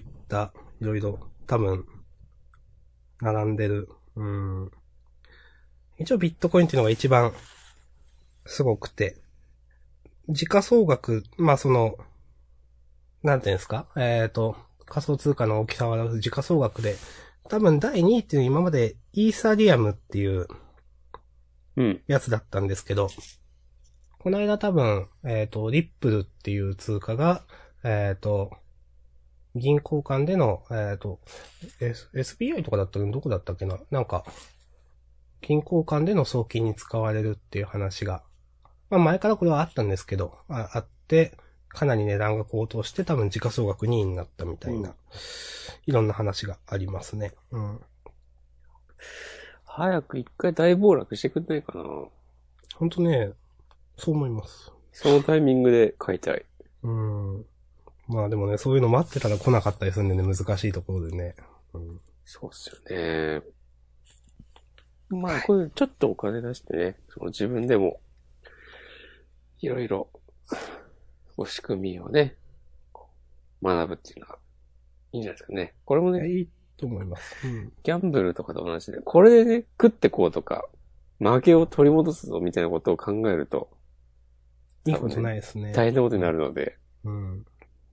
いろいろ、多分、並んでる。うん。一応ビットコインっていうのが一番すごくて、時価総額、まあなんていうんですか仮想通貨の大きさを表す時価総額で、多分第2位っていうのは今までイーサリアムっていううん。 やつだったんですけど、この間多分、リップルっていう通貨が、えっ、と、銀行間での、SBI とかだったらどこだったっけななんか、銀行間での送金に使われるっていう話が、まあ前からこれはあったんですけど、あって、かなり値段が高騰して多分時価総額2位になったみたいな、 うん。 いろんな話がありますね。うん。 早く一回大暴落してくんないかな。 ほんとね、そう思います。 そのタイミングで買いたい。 うん。まあでもね、そういうの待ってたら来なかったりするんでね、難しいところでね。うん。 そうっすよね。まあ、 はい。 これちょっとお金出してね、その自分でも、いろいろ、仕組みをね、学ぶっていうのは、いいんじゃないですかね。これもね、 いいと思います。うん。 ギャンブルとかと同じで、これでね、食ってこうとか、負けを取り戻すぞみたいなことを考えると、 いいことないですね。 大変なことになるので。 うん。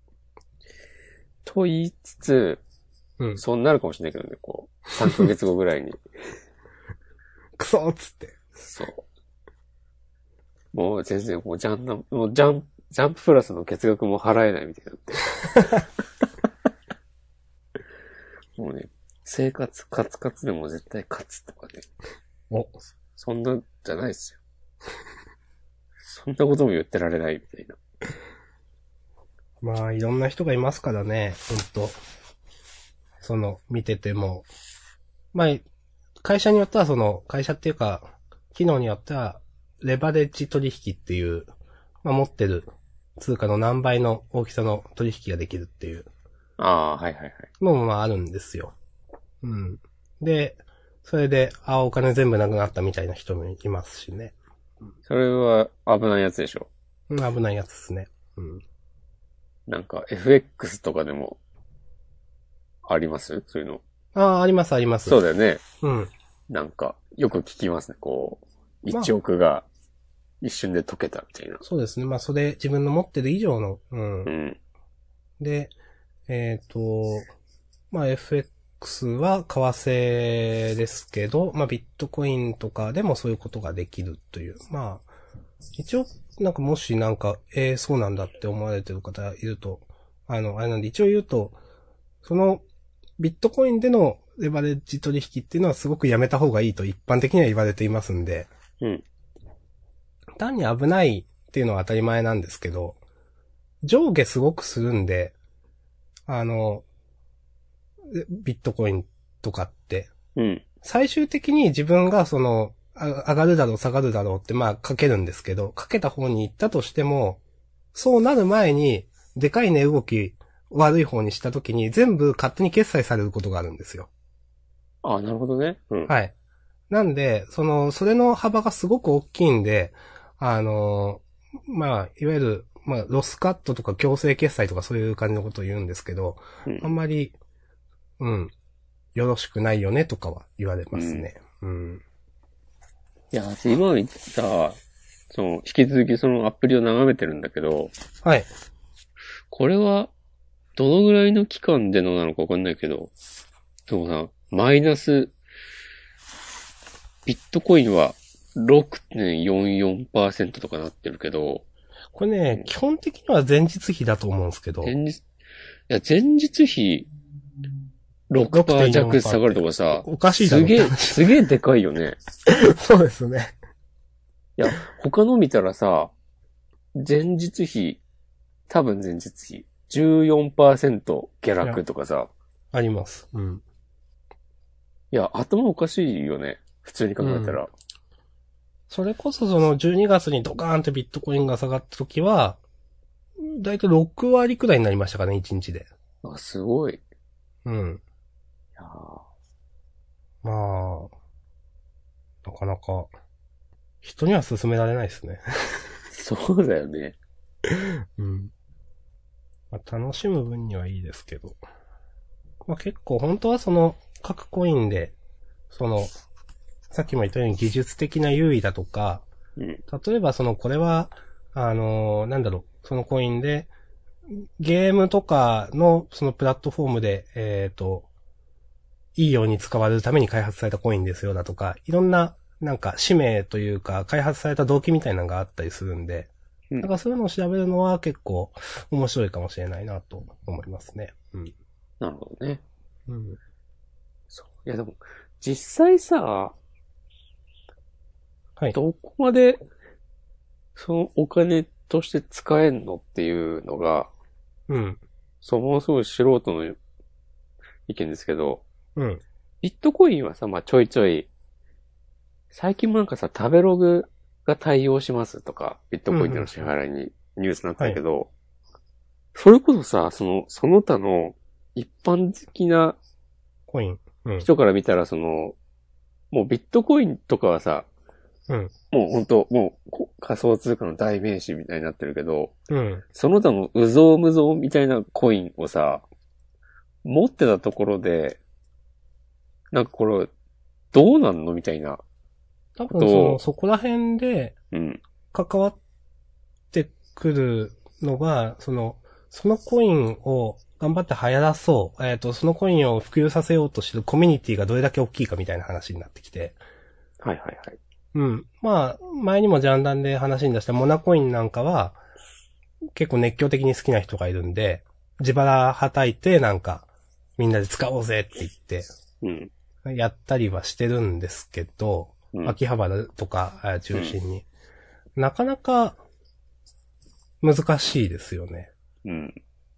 と言いつつ、 うん。 そうなるかもしれないけどね、こう、3ヶ月後ぐらいに。 クソっつって。 そう。もう全然、もうジャンププラスの月額も払えないみたいになって。もうね、生活カツカツでも絶対勝つとかね。 お。 そんな、じゃないですよ。そんなことも言ってられないみたいな。 まあ、いろんな人がいますからね、ほんと。見てても。まあ、会社によっては会社っていうか、機能によっては、レバレッジ取引っていう、まあ持ってる通貨の何倍の大きさの取引ができるっていうああ、はいはいはい。 のもまああるんですよ。うん。で、それで、お金全部なくなったみたいな人もいますしね。 それは危ないやつでしょ。 うん、危ないやつですね。うん。 なんか FX とかでもありますそういうの。 ありますあります。 そうだよね。 うん。 なんか、よく聞きますね。こう、 まあ 1億が一瞬で溶けたみたいな。 そうですね。まあ、それ、自分の持ってる以上の、うん。 うん。 で、まあ、FX は為替ですけど、まあ、ビットコインとかでもそういうことができるという。まあ、一応、なんかもしなんか、そうなんだって思われてる方いると、あれなんで一応言うと、ビットコインでのレバレッジ取引っていうのはすごくやめた方がいいと一般的には言われていますんで、 うん。 単に危ないっていうのは当たり前なんですけど、上下すごくするんで、あの、ビットコインとかって、 うん。 最終的に自分が上がるだろう下がるだろうってまあかけるんですけど、かけた方に行ったとしても、そうなる前に、でかい値動き悪い方にした時に全部勝手に決済されることがあるんですよ。 ああ、なるほどね。うん。 はい。なんで、それの幅がすごく大きいんで、まあ、いわゆる、まあ、ロスカットとか強制決済とかそういう感じのことを言うんですけど、 うん。 あんまり、うん、よろしくないよねとかは言われますね。うん。 いや、今言った、引き続きそのアプリを眺めてるんだけど、 はい。 これは、どのぐらいの期間でのなのかわかんないけど、でもさ、マイナス、ビットコインは6.44% とかなってるけど、 これね、基本的には前日比だと思うんですけど、 前日比6%弱下がるとかさ、 おかしいだろすげえでかいよね。 そうですね。 いや、他の見たらさ、前日比、多分前日比、14% 下落とかさ。 あります。うん。 いや、頭おかしいよね。普通に考えたら。 それこそ12月にドカーンってビットコインが下がった時は、だいたい6割くらいになりましたかね、1日で。 あ、すごい。 うん。 いやまあ、なかなか、人には勧められないですね。 そうだよね。 うん。まあ、楽しむ分にはいいですけど。まあ結構本当は各コインで、さっきも言ったように技術的な優位だとか、 うん。 例えばこれは、なんだろう、そのコインで、ゲームとかのプラットフォームで、いいように使われるために開発されたコインですよだとか、いろんな、なんか使命というか、開発された動機みたいなのがあったりするんで、 うん。 なんかそういうのを調べるのは結構面白いかもしれないなと思いますね。うん。 なるほどね。 うん。 そう。いやでも、実際さ、 はい。 どこまで、そのお金として使えんのっていうのが、 うん。 ものすごい素人の意見ですけど、 うん。 ビットコインはさ、まあちょいちょい、最近もなんかさ、食べログが対応しますとか、ビットコインでの支払いにニュースになってるけど、それこそさ、その他の一般的なコイン。うん。 人から見たらもうビットコインとかはさ、 うん。 もう本当もう仮想通貨の代名詞みたいになってるけど、 うん。 その他の無造無造みたいなコインをさ、持ってたところで、 なんかこれ、どうなんのみたいな。 多分そこら辺で、 うん。 関わってくるのが、そのコインを頑張って流行らそう。そのコインを普及させようとしてるコミュニティがどれだけ大きいかみたいな話になってきて。 はいはいはい。 うん。まあ、前にもジャンダンで話に出したモナコインなんかは、結構熱狂的に好きな人がいるんで、自腹はたいてなんか、みんなで使おうぜって言って、 うん。 やったりはしてるんですけど、 うん、 秋葉原とか中心に。なかなか難しいですよね。 うん。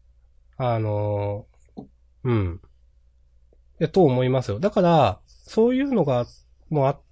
うん。と思いますよ。だから、そういうのが、もあって、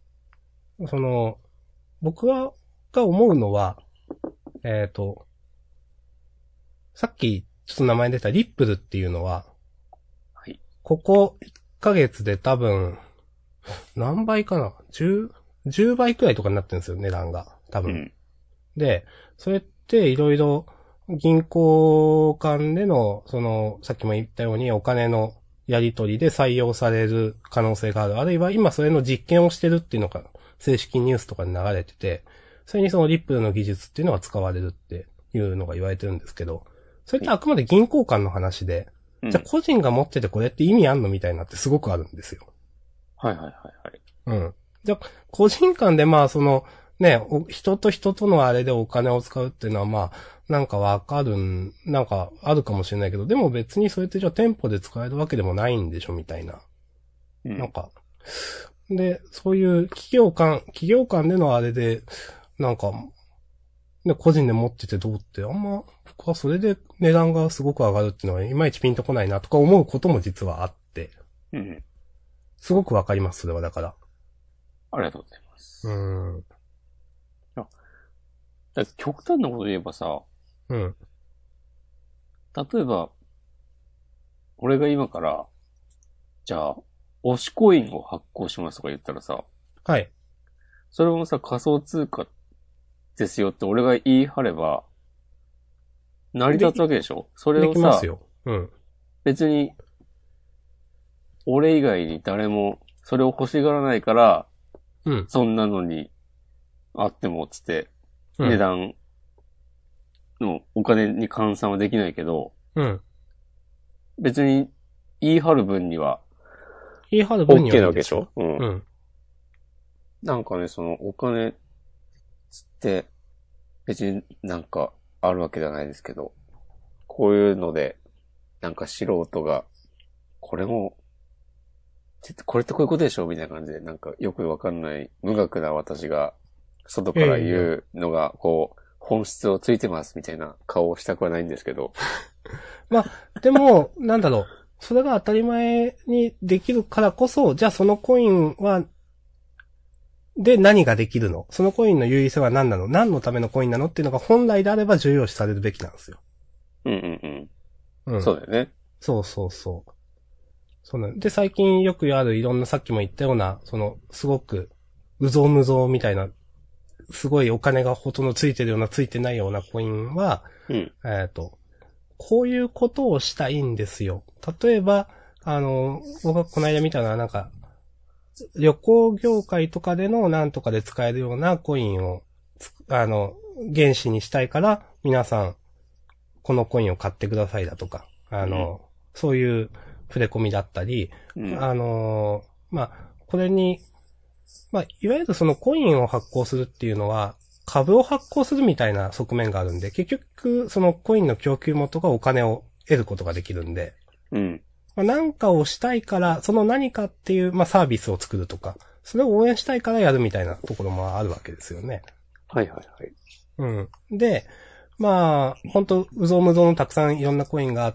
僕が思うのは、えっ、と、さっきちょっと名前出たリップルっていうのは、 はい。 ここ1ヶ月で多分、何倍かな ?10 倍くらいとかになってるんですよ、値段が。多分。 うん。 で、それっていろいろ銀行間での、さっきも言ったようにお金のやり取りで採用される可能性がある。あるいは今それの実験をしてるっていうのが正式ニュースとかに流れてて、それにそのリップルの技術っていうのが使われるっていうのが言われてるんですけど、それってあくまで銀行間の話で、 うん、 じゃあ個人が持っててこれって意味あんのみたいなってすごくあるんですよ。 はいはいはいはい。 うん。じゃあ、個人間でまあね、人と人とのあれでお金を使うっていうのはまあ、なんかわかるなんかあるかもしれないけど、でも別にそれってじゃあ店舗で使えるわけでもないんでしょみたいな。 うん。 なんか。で、そういう企業間でのあれで、なんか、ね、個人で持っててどうってあんま、僕はそれで値段がすごく上がるっていうのは、いまいちピンとこないなとか思うことも実はあって、 うん。 すごくわかります、それはだから。 ありがとうございます。 うん。 だから極端なこと言えばさ、 うん。 例えば、俺が今から、じゃあ、推しコインを発行しますとか言ったらさ、 はい。 それもさ、仮想通貨ですよって俺が言い張れば、成り立つわけでしょ？それでをさ、 きますよ。うん。 別に、俺以外に誰も、それを欲しがらないから、 うん。 そんなのにあってもつって、 うん。 値段のお金に換算はできないけど、 うん。 別に言い張る分には、 言い張る分には OK なわけでいいですよ。 しょ？うん。 うん。 なんかね、そのお金つって、別になんかあるわけじゃないですけど、こういうので、なんか素人が、これも、これってこういうことでしょみたいな感じで、なんかよくわかんない無学な私が、外からいや。 言うのが、こう、本質をついてますみたいな顔をしたくはないんですけど。 まあ、でも、なんだろう。それが当たり前にできるからこそ、じゃあそのコインは、で何ができるの？そのコインの優位性は何なの？何のためのコインなのっていうのが本来であれば重要視されるべきなんですよ。 うんうんうん。 うん。 そうだよね。 そうそうそう。そうなんで、最近よくあるいろんなさっきも言ったような、すごく、うぞうむぞうみたいな、すごいお金がほとんどついてるようなついてないようなコインは、 うん。 こういうことをしたいんですよ。例えば、僕がこの間見たのはなんか、旅行業界とかでのなんとかで使えるようなコインを原資にしたいから、皆さん、このコインを買ってくださいだとか、そういう触れ込みだったり、 うん。 まあ、これに、まあ、いわゆるそのコインを発行するっていうのは、株を発行するみたいな側面があるんで、結局、そのコインの供給元がお金を得ることができるんで、 うん。 まあ、なんかをしたいから、その何かっていう、まあ、サービスを作るとか、それを応援したいからやるみたいなところもあるわけですよね。 はいはいはい。 うん。で、まあ、本当うぞうむぞうのたくさんいろんなコインがあって、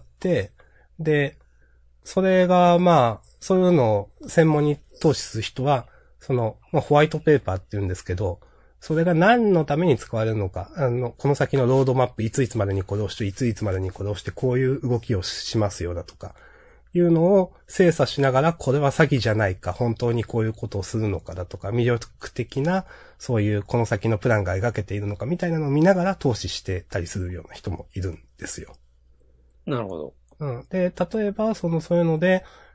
で、それが、まあ、そういうのを専門に投資する人は、まあ、ホワイトペーパーって言うんですけど、それが何のために使われるのか、この先のロードマップ、いついつまでにこれをして、いついつまでにこれをして、こういう動きをしますよだとか、いうのを精査しながら、これは詐欺じゃないか、本当にこういうことをするのかだとか、魅力的な、そういうこの先のプランが描けているのかみたいなのを見ながら投資してたりするような人もいるんですよ。 なるほど。 うん。で、例えば、そういうので、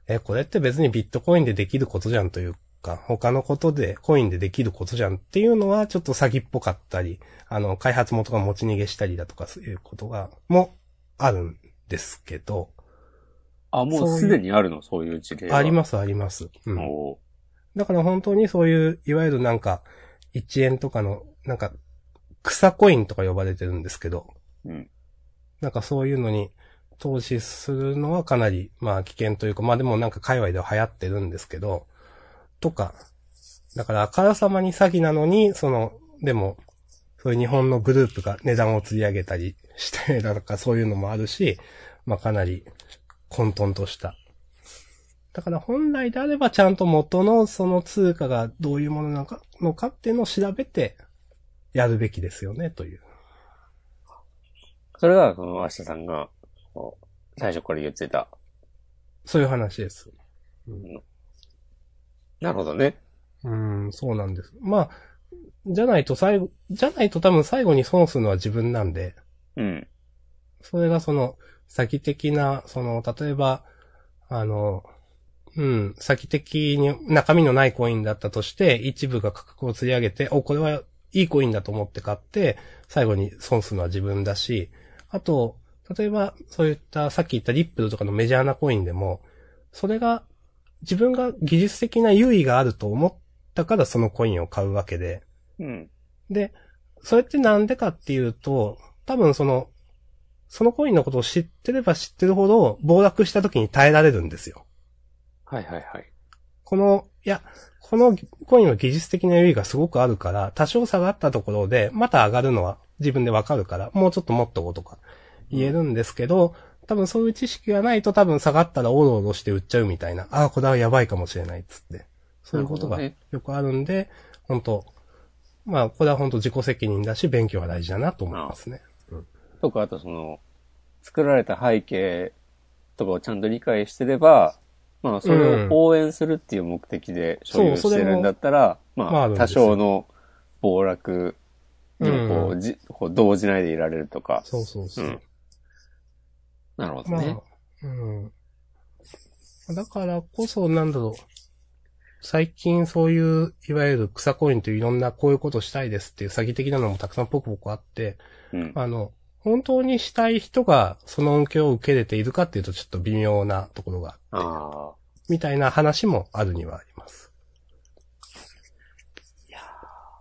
これって別にビットコインでできることじゃんというか、他のことでコインでできることじゃんっていうのはちょっと詐欺っぽかったり、開発元が持ち逃げしたりだとかそういうことが、もあるんですけど。 あ、もうすでにあるのそういう事例は。 あります、あります。うん。 おだから本当にそういう、いわゆるなんか、1円とかの、なんか、草コインとか呼ばれてるんですけど、 うん。 なんかそういうのに投資するのはかなり、まあ危険というか、まあでもなんか界隈では流行ってるんですけど、とか、だからあからさまに詐欺なのに、でも、そういう日本のグループが値段を釣り上げたりして、だからそういうのもあるし、まあかなり混沌とした。だから本来であればちゃんと元のその通貨がどういうものなのかっていうのを調べてやるべきですよね、という。 それが、明日さんが、最初から言ってた。 そういう話です。 なるほどね。 そうなんです。まあ、じゃないと多分最後に損するのは自分なんで、 うん。 それが詐欺的な、例えば、詐欺的に中身のないコインだったとして、一部が価格を釣り上げて、これはいいコインだと思って買って、最後に損するのは自分だし、あと、例えば、そういったさっき言ったリップルとかのメジャーなコインでも、それが、自分が技術的な優位があると思ったからそのコインを買うわけで、 うん。 で、それってなんでかっていうと、多分そのコインのことを知ってれば知ってるほど暴落した時に耐えられるんですよ。 はいはいはい。 このコインは技術的な優位がすごくあるから、多少下がったところで、また上がるのは自分でわかるから、もうちょっともっととか言えるんですけど、多分そういう知識がないと多分下がったらオロオロして売っちゃうみたいな、これはやばいかもしれないっつって。そういうことがよくあるんで、本当まあ、これは本当自己責任だし、勉強が大事だなと思いますね。 とか、あと作られた背景とかをちゃんと理解してれば、まあ、それを応援するっていう目的で所有してるんだったら、まあ、多少の暴落にもこう動じないでいられるとか。 そうそうそう。 なるほどね。 だからこそ、なんだろう。最近そういう、いわゆる草コインといういろんなこういうことしたいですっていう詐欺的なのもたくさんポコポコあって、本当にしたい人がその恩恵を受け入れているかっていうとちょっと微妙なところがあって、みたいな話もあるにはあります。 いや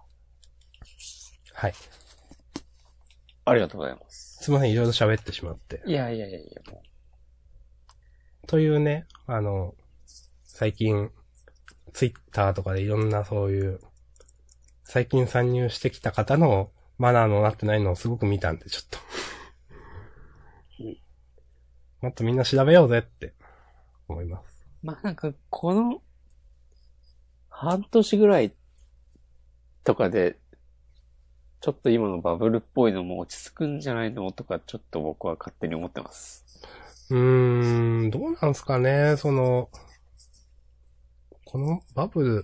はい。 ありがとうございます。 すみません、いろいろ喋ってしまって。 いや、もう。というね、最近、ツイッターとかでいろんなそういう、最近参入してきた方のマナーのなってないのをすごく見たんで、ちょっともっとみんな調べようぜって思います。 まあなんか、この、半年ぐらいとかで、ちょっと今のバブルっぽいのも落ち着くんじゃないのとか、ちょっと僕は勝手に思ってます。 どうなんすかね、このバブル、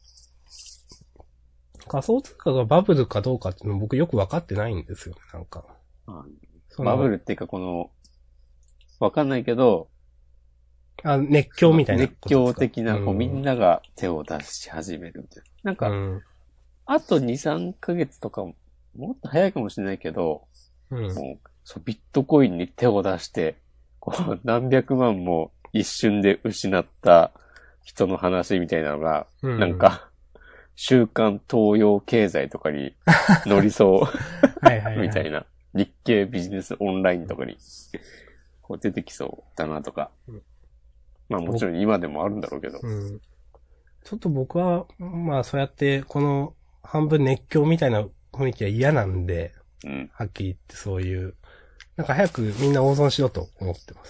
仮想通貨がバブルかどうかっていうの僕よくわかってないんですよね、なんか。 バブルっていうかわかんないけど、 熱狂みたいな。 熱狂的な、みんなが手を出し始めるみたいな。なんか、あと2、3ヶ月とかもっと早いかもしれないけど、もうビットコインに手を出して、何百万も一瞬で失った人の話みたいなのが、なんか、週刊東洋経済とかに乗りそうみたいな。日経ビジネスオンラインとかに出てきそうだなとか。まあもちろん今でもあるんだろうけど。 ちょっと僕は、まあそうやってこの半分熱狂みたいな雰囲気は嫌なんで、はっきり言ってそういう、なんか早くみんな大損しろと思ってます。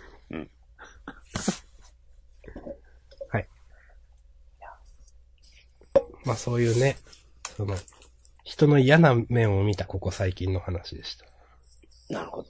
はい。まあそういうね、人の嫌な面を見たここ最近の話でした。 なるほど。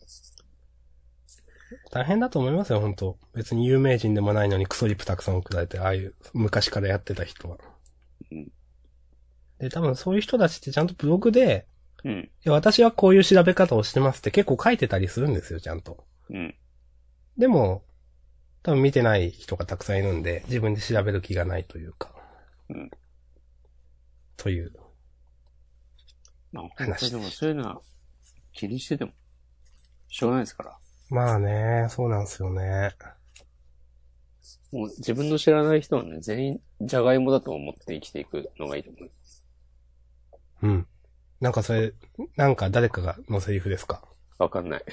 大変だと思いますよ、本当別に有名人でもないのにクソリプたくさん送られて、ああいう昔からやってた人は。で、多分そういう人たちってちゃんとブログで、いや私はこういう調べ方をしてますって結構書いてたりするんですよ、ちゃんと。でも、 多分見てない人がたくさんいるんで、自分で調べる気がないというか。 うん。 という。 まあ、本当にでもそういうのは気にしててもしょうがないですから。 まあね、そうなんですよね。 もう自分の知らない人はね、全員ジャガイモだと思って生きていくのがいいと思う。 うん。なんかそれ、なんか誰かがのセリフですか？ わかんない。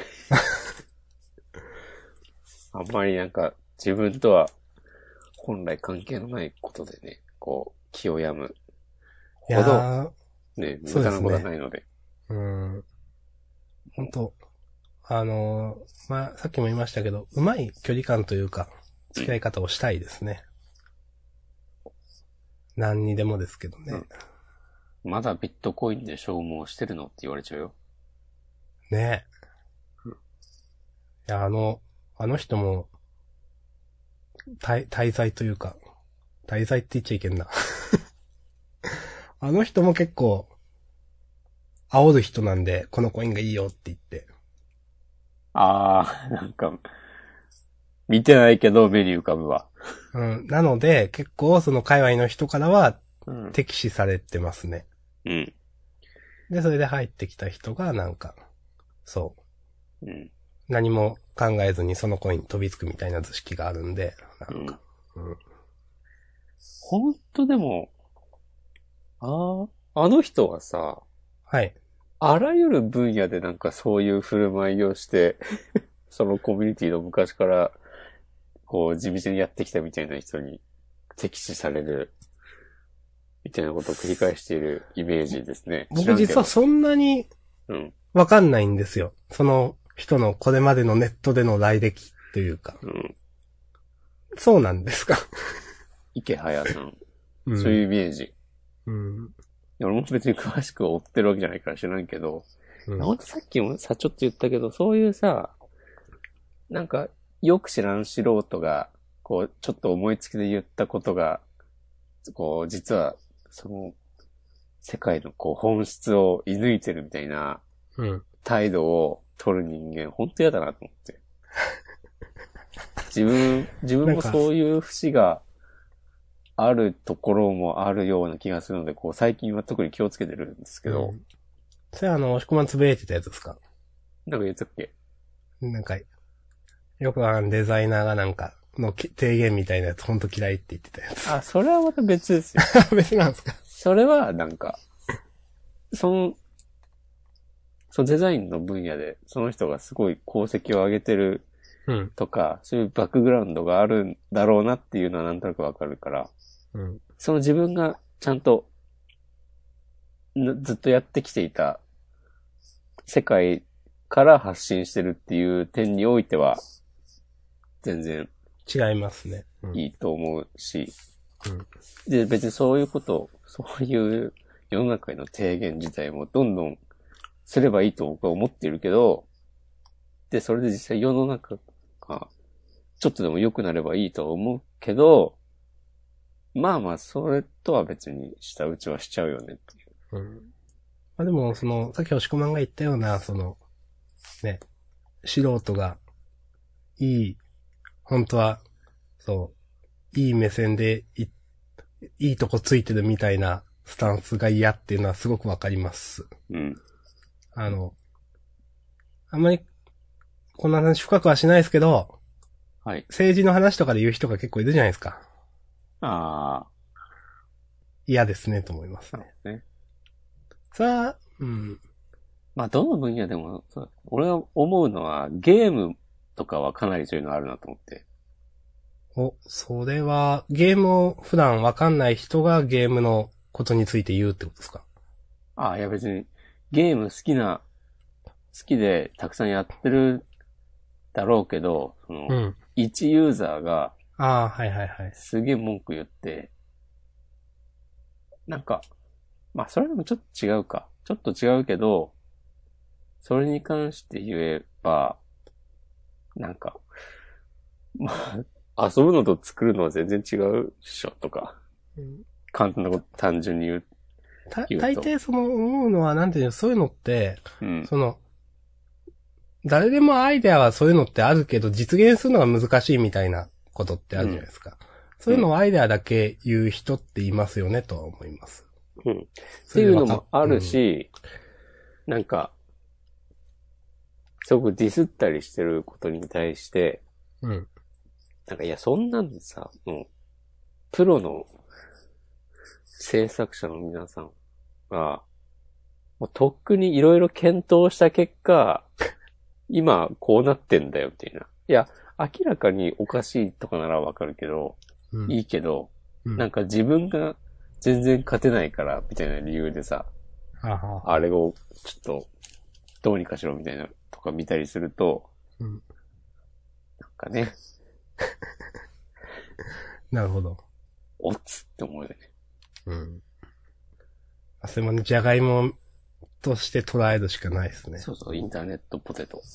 あんまりなんか自分とは本来関係のないことでね、こう気を病むいほどやー、 ね、無そうですね。 駄なことはないので。 本当まあ、さっきも言いましたけど、うまい距離感というか、付き合い方をしたいですね。何にでもですけどね。 まだビットコインで消耗してるのって言われちゃうよ。 ねいや、あの人も、滞在というか、滞在って言っちゃいけんな。あの人も結構、煽る人なんで、このコインがいいよって言って。 あー、なんか、見てないけど目に浮かぶわ。 うん。なので、結構その界隈の人からは、 うん。 敵視されてますね。 うん。 で、それで入ってきた人がなんか、そう。 うん。 何も考えずにそのコイン飛びつくみたいな図式があるんで、なんか。うん。 ほんとでも、あの人はさ、 はい。 あらゆる分野でなんかそういう振る舞いをして、そのコミュニティの昔から、こう地道にやってきたみたいな人に敵視される、みたいなことを繰り返しているイメージですね。 僕実はそんなにうん。 わかんないんですよ。その人のこれまでのネットでの来歴というか。 うん。 そうなんですか。 池早さん。 うん、 そういうイメージ。 うん。 俺も別に詳しく追ってるわけじゃないから知らんけど、 うん。 ほんとさっきもさ、ちょっと言ったけど、そういうさ、なんか、よく知らん素人が、こう、ちょっと思いつきで言ったことが、こう、実は、その、世界のこう、本質を射抜いてるみたいなうん。 態度を取る人間、ほんと嫌だなと思って。自分もそういう節があるところもあるような気がするので、こう、最近は特に気をつけてるんですけど、 それ押し込まんつぶやいてたやつですか？ なんか言ったっけ？ なんか、よくデザイナーがなんか、の提言みたいなやつほんと嫌いって言ってたやつ。 あ、それはまた別ですよ。 別なんですか？ それは、なんか、そのデザインの分野で、その人がすごい功績を上げてるうん。 とか、そういうバックグラウンドがあるんだろうなっていうのはなんとなくわかるから、 うん。 その自分がちゃんと、ずっとやってきていた世界から発信してるっていう点においては、全然違いますね。うん。 いいと思うし、 うん。 で、別にそういうことを、そういう世の中への提言自体もどんどんすればいいと僕は思っているけど、で、それで実際世の中がちょっとでも良くなればいいとは思うけど、まあまあ、それとは別に舌打ちはしちゃうよねっていう。 うん。まあでも、さっき押し込まんが言ったような、ね、素人が、本当は、いい目線でいいとこついてるみたいなスタンスが嫌っていうのはすごくわかります。 うん。 あんまり、こんな話深くはしないですけど、 はい。 政治の話とかで言う人が結構いるじゃないですか。 あ嫌ですね、と思いますあ、 ね。 ね。 さあ、うん。 まあ、どの分野でも、俺が思うのは、ゲームとかはかなりそういうのあるなと思って。 それは、ゲームを普段わかんない人がゲームのことについて言うってことですか？ ああ、いや別に、ゲーム好きでたくさんやってるだろうけど、 うん。 一ユーザーが、 ああ、はいはいはい。 すげえ文句言って、なんか、まあそれでもちょっと違うか。ちょっと違うけど、それに関して言えば、なんか、まあ、遊ぶのと作るのは全然違うっしょとか、 うん、 簡単なこと単純に言う大と。 抵思うのは、なんていうの、そういうのって、 うん。 誰でもアイデアはそういうのってあるけど、実現するのが難しいみたいなことってあるじゃないですか。そういうのをアイデアだけ言う人っていますよね、とは思います。 うん。っていうのもあるし、なんか、すごくディスったりしてることに対して、なんか、いや、そんなんでさ、もう、プロの制作者の皆さんが、もうとっくにいろいろ検討した結果、今こうなってんだよ、みたいな。いや、明らかにおかしいとかならわかるけど、いいけど、なんか自分が全然勝てないから、みたいな理由でさ、あれをちょっと、どうにかしろみたいなとか見たりすると、なんかね。 なるほど。 おつって思うよね。 それもね、じゃがいもとして捉えるしかないですね。 そうそう、インターネットポテト。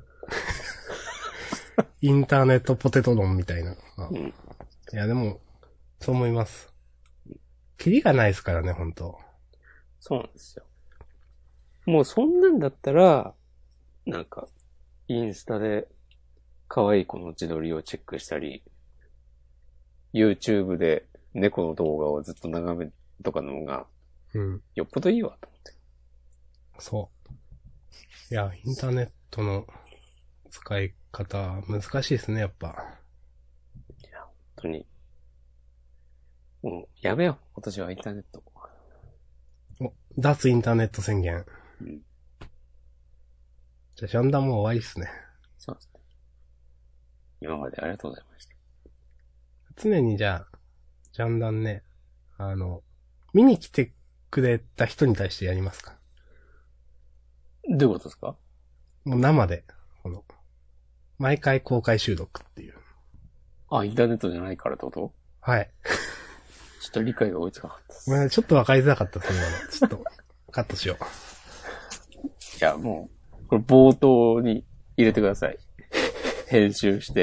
インターネットポテト論みたいな。 いや、でも、そう思います。キリがないですからね、本当。 そうなんですよ。もうそんなんだったら、なんか、インスタで可愛い子の自撮りをチェックしたり、YouTube で猫の動画をずっと眺めるとかの方が、よっぽどいいわと思って。 そう。いや、インターネットの使い方、難しいですね、やっぱ。 いや、本当に。もう、やめよう、今年はインターネット。 脱インターネット宣言。じゃあ、ジャンダンもう終わりっすね。 そうですね。今までありがとうございました。 常にじゃあ、ジャンダンね、見に来てくれた人に対してやりますか？ どういうことですか？ もう生で、毎回公開収録っていう。 あ、インターネットじゃないからってこと？ はい。 ちょっと理解が追いつかなかったです。 ごめんなさい、ちょっとわかりづらかったですね、今の。ちょっと、カットしよう。 いや、もう、これ冒頭に入れてください。編集して。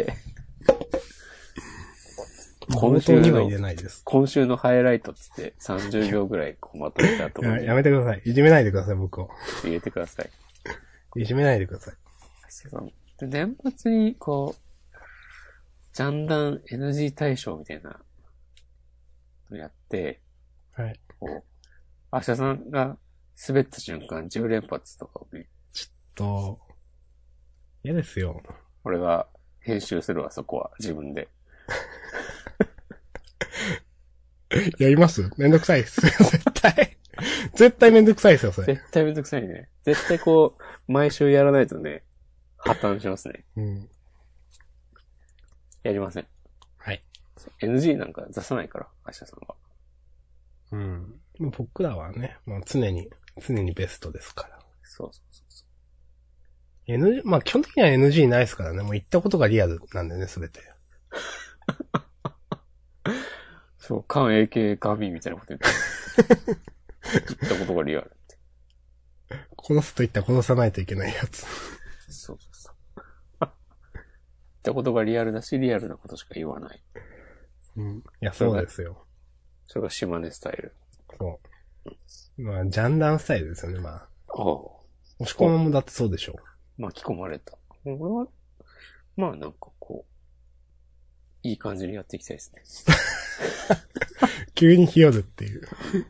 今週には入れないです。 今週のハイライトって言って30秒ぐらいこうまとめた後に。 やめてください。いじめないでください、僕を。 入れてください。 いじめないでください。 で年末にこう、ジャンダン NG 大賞みたいなのやって、 はい。 こう、アシャさんが滑った瞬間10連発とかをね、 嫌ですよ。 俺が編集するわ、そこは自分で。 やりますめんどくさいです。絶対めんどくさいですよ、それ。 絶対めんどくさいね。絶対こう、毎週やらないとね、破綻しますね。やりません。 はい。 NG なんか出さないから、アシャさんは。 僕らはね、まあ常にベストですから。 そう。 まあ基本的には NG ないですからね。もう言ったことがリアルなんでね、すべて。 そう、関 AK ガビみたいなこと言って言ったことがリアルって。 殺すと言ったら殺さないといけないやつ。 そう。言ったことがリアルだし、リアルなことしか言わない。 いや、そうですよ。 それが島根スタイル。 そう。まあ、ジャンダンスタイルですよね、まあ。 押し込まもだってそうでしょ。 巻き込まれた。俺は、まあなんかこう、いい感じにやっていきたいですね。 急にひよるっていう。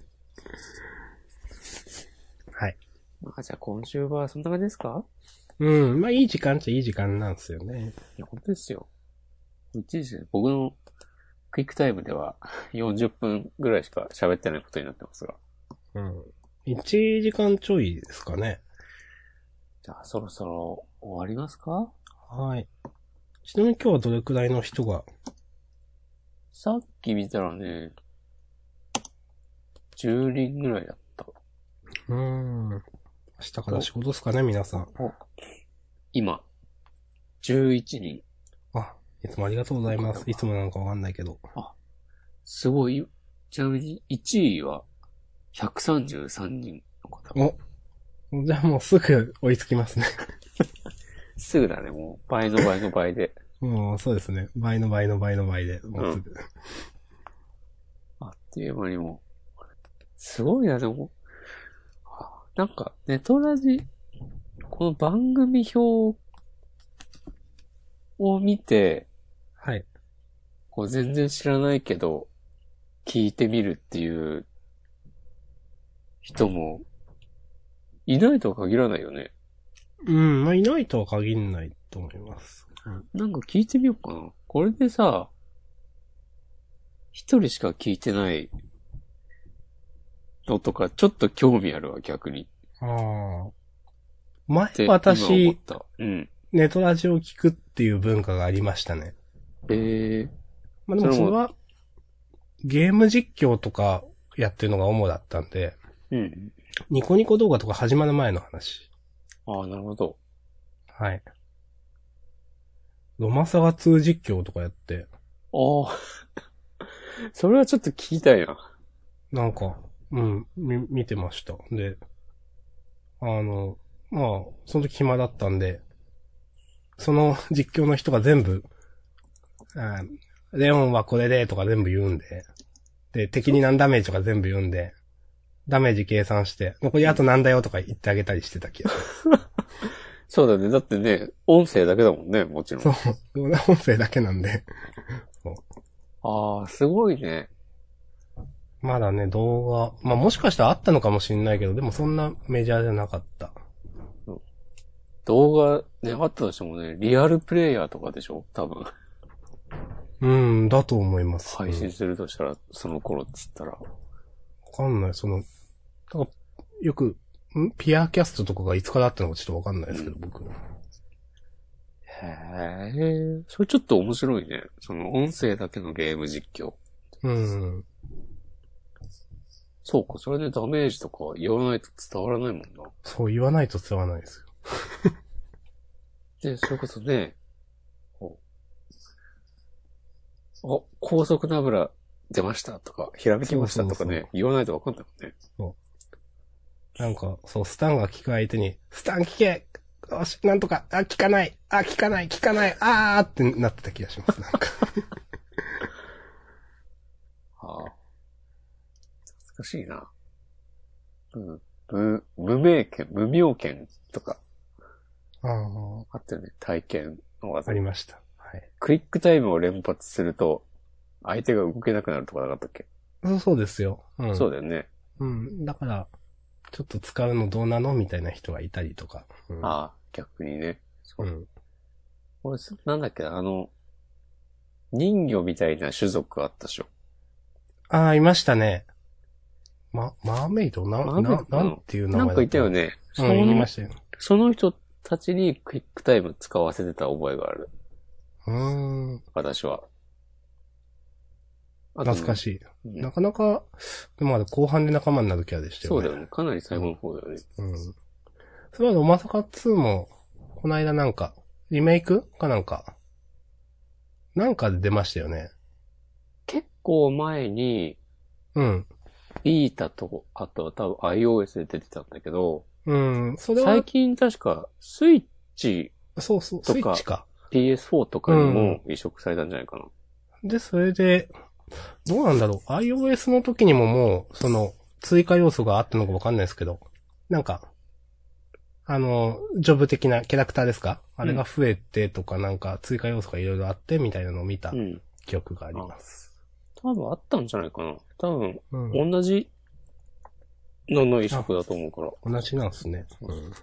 はい。 まあじゃあ今週はそんな感じですか？ まあいい時間っちゃいい時間なんですよね。 いや、本当ですよ。一時で僕のクイックタイムでは40分ぐらいしか喋ってないことになってますが。 1時間ちょいですかね。 じゃあそろそろ終わりますか？ はい。ちなみに今日はどれくらいの人が？ さっき見たらね、10人ぐらいだった。 明日から仕事ですかね、皆さん。 今、11人。 いつもありがとうございます。いつもなんかわかんないけど。 すごい。ちなみに1位は133人の方。 じゃあもうすぐ追いつきますね。 すぐだね、もう倍の倍の倍で。 もうそうですね。倍の倍の倍の倍で、もうすぐ。 あっという間にもう。すごいな、でも。なんか、ネトラジ、この番組表を見て、 はい。 こう全然知らないけど、聞いてみるっていう人も、いないとは限らないよね。 うん、まあ、いないとは限んないと思います。 なんか聞いてみようかな。これでさ、一人しか聞いてないのとか、ちょっと興味あるわ、逆に。 ああ。前って今思っ私、 た。うん。 ネトラジを聞くっていう文化がありましたね。まあでもそれは、ゲーム実況とかやってるのが主だったんで、 うん。 ニコニコ動画とか始まる前の話。 ああ、なるほど。 はい。ロマサガ2実況とかやって、 ああ、それはちょっと聞きたいな。 なんか、見てました。で、まあ、その時暇だったんで、その実況の人が全部、レオンはこれでとか全部言うんで、で、敵に何ダメージとか全部言うんで、ダメージ計算して、残りあとなんだよとか言ってあげたりしてた気がします。 そうだね。だってね、音声だけだもんね、もちろん。 そう、音声だけなんで。 ああ、すごいね。 まだね、動画、まあもしかしたらあったのかもしれないけど、でもそんなメジャーじゃなかった。 動画ね、あったとしてもね、リアルプレイヤーとかでしょ多分。 だと思います。 配信するとしたら、その頃っつったら。 わかんない、なんかよく、ピアキャストとかがいつからあったのかちょっとわかんないですけど、僕。 へえ、それちょっと面白いね。その音声だけのゲーム実況。そうか、それでダメージとか言わないと伝わらないもんな。 そう言わないと伝わらないですよ。で、それこそね、高速な油出ましたとか、ひらめきましたとかね、 そう言わないとわかんないもんね。 そう。なんか、そう、スタンが聞く相手に、スタン聞けよし、なんとか、聞かない、聞かない、ーってなってた気がします、なんか。 はあ。難しいな。無名犬、無名犬とか。あったよね、体験の技。 ありました。はい。 クイックタイムを連発すると、相手が動けなくなるとかなかったっけ？ そうですよ。 そうだよね。 だから、ちょっと使うのどうなのみたいな人がいたりとか。 ああ、逆にね。 そう。 俺、なんだっけな、人魚みたいな種族あったでしょ。 いましたね。マーメイドなんていう名前だったなんかいたよね。 言いましたよ。 その人たちにクイックタイム使わせてた覚えがある。私は。 懐かしい。なかなか、でもまだ後半で仲間になるキャラでしたよね。 そうだよね。かなり最後の方だよね。 それはロマサカ2も、この間なんか、リメイクかなんかで出ましたよね。 結構前に、ビータと、あとは多分 iOS で出てたんだけど、 それは最近確かスイッチそう、スイッチか。 PS4 とかにも移植されたんじゃないかな。 で、それで、どうなんだろう。iOS の時にももう、追加要素があったのかわかんないですけど、なんか、ジョブ的なキャラクターですか？あれが増えてとかなんか追加要素がいろいろあってみたいなのを見た記憶があります。 多分あったんじゃないかな。多分、同じの移植だと思うから。 同じなんですね。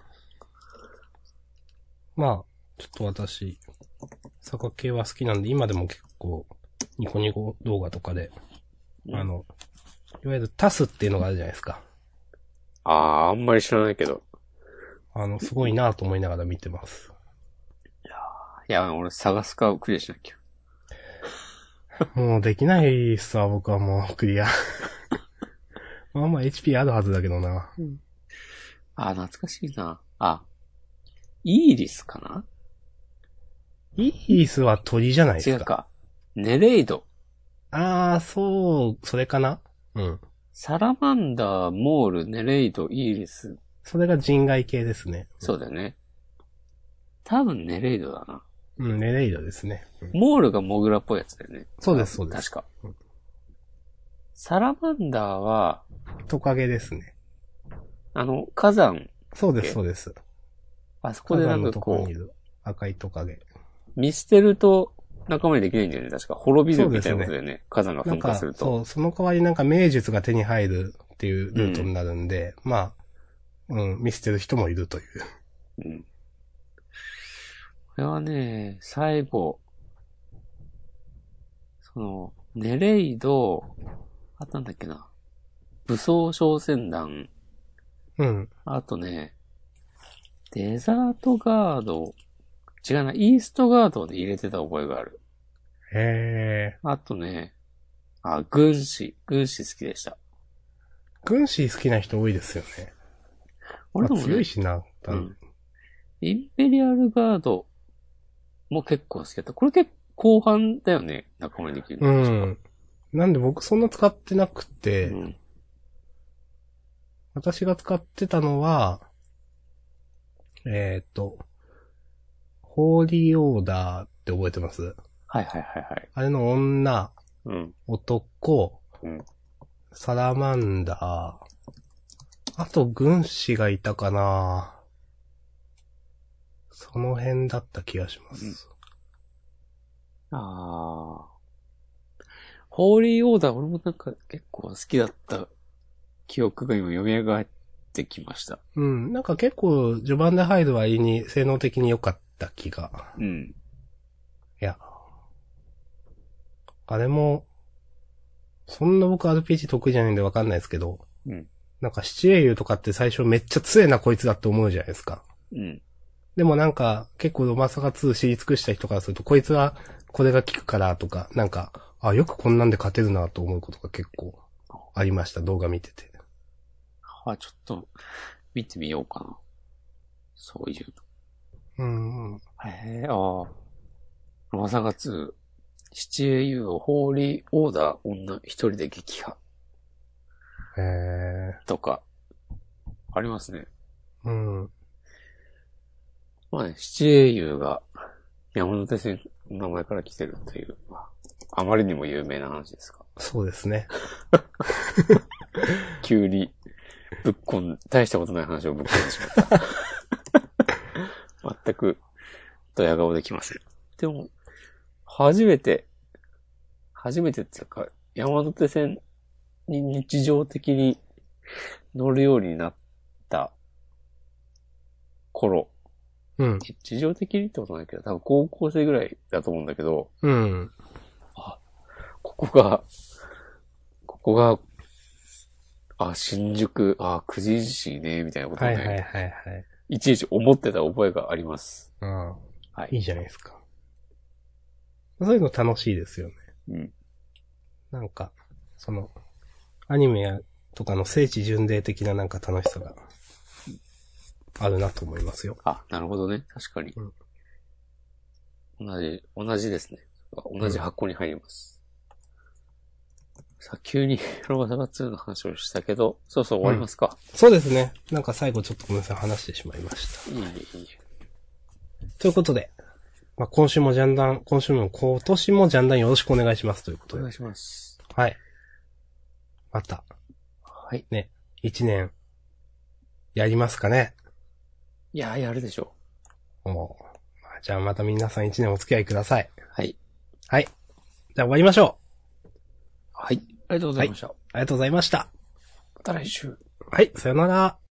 まあ、ちょっと私、サカ系は好きなんで、今でも結構、ニコニコ動画とかで、いわゆるタスっていうのがあるじゃないですか。 あんまり知らないけど。 すごいなと思いながら見てます。 いや、俺探すかクリアしなきゃ。 もうできないっすわ、僕はもうクリア。まあまあ HP あるはずだけどな。 懐かしいな。イーリスかな？ イーリスは鳥じゃないですか。 違うか。ネレイド。 それかな？ サラマンダー、モール、ネレイド、イーリス。 それが人外系ですね。 そうだよね。多分ネレイドだな。 ネレイドですね。 モールがモグラっぽいやつだよね。 そうです、そうです。 確か。サラマンダーは、 トカゲですね。 火山。 そうです、そうです。 あそこでなんかこう、 赤いトカゲ。 見捨てると仲間にできないんだよね。確か滅びるみたいなことだよね。火山が噴火すると。 そう、その代わりなんか名術が手に入るっていうルートになるんで、まあ、見捨てる人もいるという。 うん。これはね、最後、ネレイド、なんだっけな。武装商船団。 うん。 あとね、デザートガード、違うな、イーストガードで入れてた覚えがある。 へあとね、軍師好きでした。 軍師好きな人多いですよね。 俺でもね、 強いしな、 うん。インペリアルガードも結構好きだった。これ結構後半だよね、仲間にできるの。 うん。なんで僕そんな使ってなくて、 うん、 私が使ってたのは、ホーリーオーダーって覚えてます？ はいはいはいはい。 あれの女、 うん。 男、 うん。 サラマンダー、あと軍師がいたかな。その辺だった気がします。 ホーリーオーダー、俺もなんか結構好きだった記憶が今蘇ってきました。 うん。なんか結構序盤で入る割に性能的に良かった気が。 うん。 いや。あれも、そんな僕 RPG 得意じゃないんでわかんないですけど、 うん。 なんか七英雄とかって最初めっちゃ強いなこいつだって思うじゃないですか。 うん。 でもなんか結構ロマサガ2知り尽くした人からするとこいつはこれが効くからとか、なんか、よくこんなんで勝てるなと思うことが結構ありました、動画見てて。 ちょっと見てみようかな。そういううん。 の。ロマサガ2、七英雄をホーリーオーダー女一人で撃破。とか、ありますね。 うん。 まあね、七英雄が山手線の名前から来てるという、あまりにも有名な話ですか。 そうですね。 急に大したことない話をぶっ込んでしまった。全くドヤ顔できません。でも、初めてっていうか、山手線に日常的に乗るようになった頃、 うん。 日常的にってことないけど、多分高校生ぐらいだと思うんだけど、 うん。 ここが、新宿、久慈市ね、みたいなことをね、 はいはいはいはい。 いちいち思ってた覚えがあります。 うん。 はい。 いいじゃないですか。そういうの楽しいですよね。 うん。 なんか、アニメとかの聖地巡礼的ななんか楽しさがあるなと思いますよ。 なるほどね。確かに。同じですね。同じ箱に入ります。さあ、急にロマサガ2の話をしたけど、そうそう終わりますか。 そうですね。なんか最後ちょっとごめんなさい、話してしまいました。 いい。 ということで、今年もジャンダンよろしくお願いしますということで。 お願いします。 はい。また。 はい。 ね、1年、やりますかね。 いや、やるでしょじゃあまた皆さん1年お付き合いください。 はい。 はい。じゃあ終わりましょう。 はい。ありがとうございました。 ありがとうございました。 また来週。 はい、さよなら。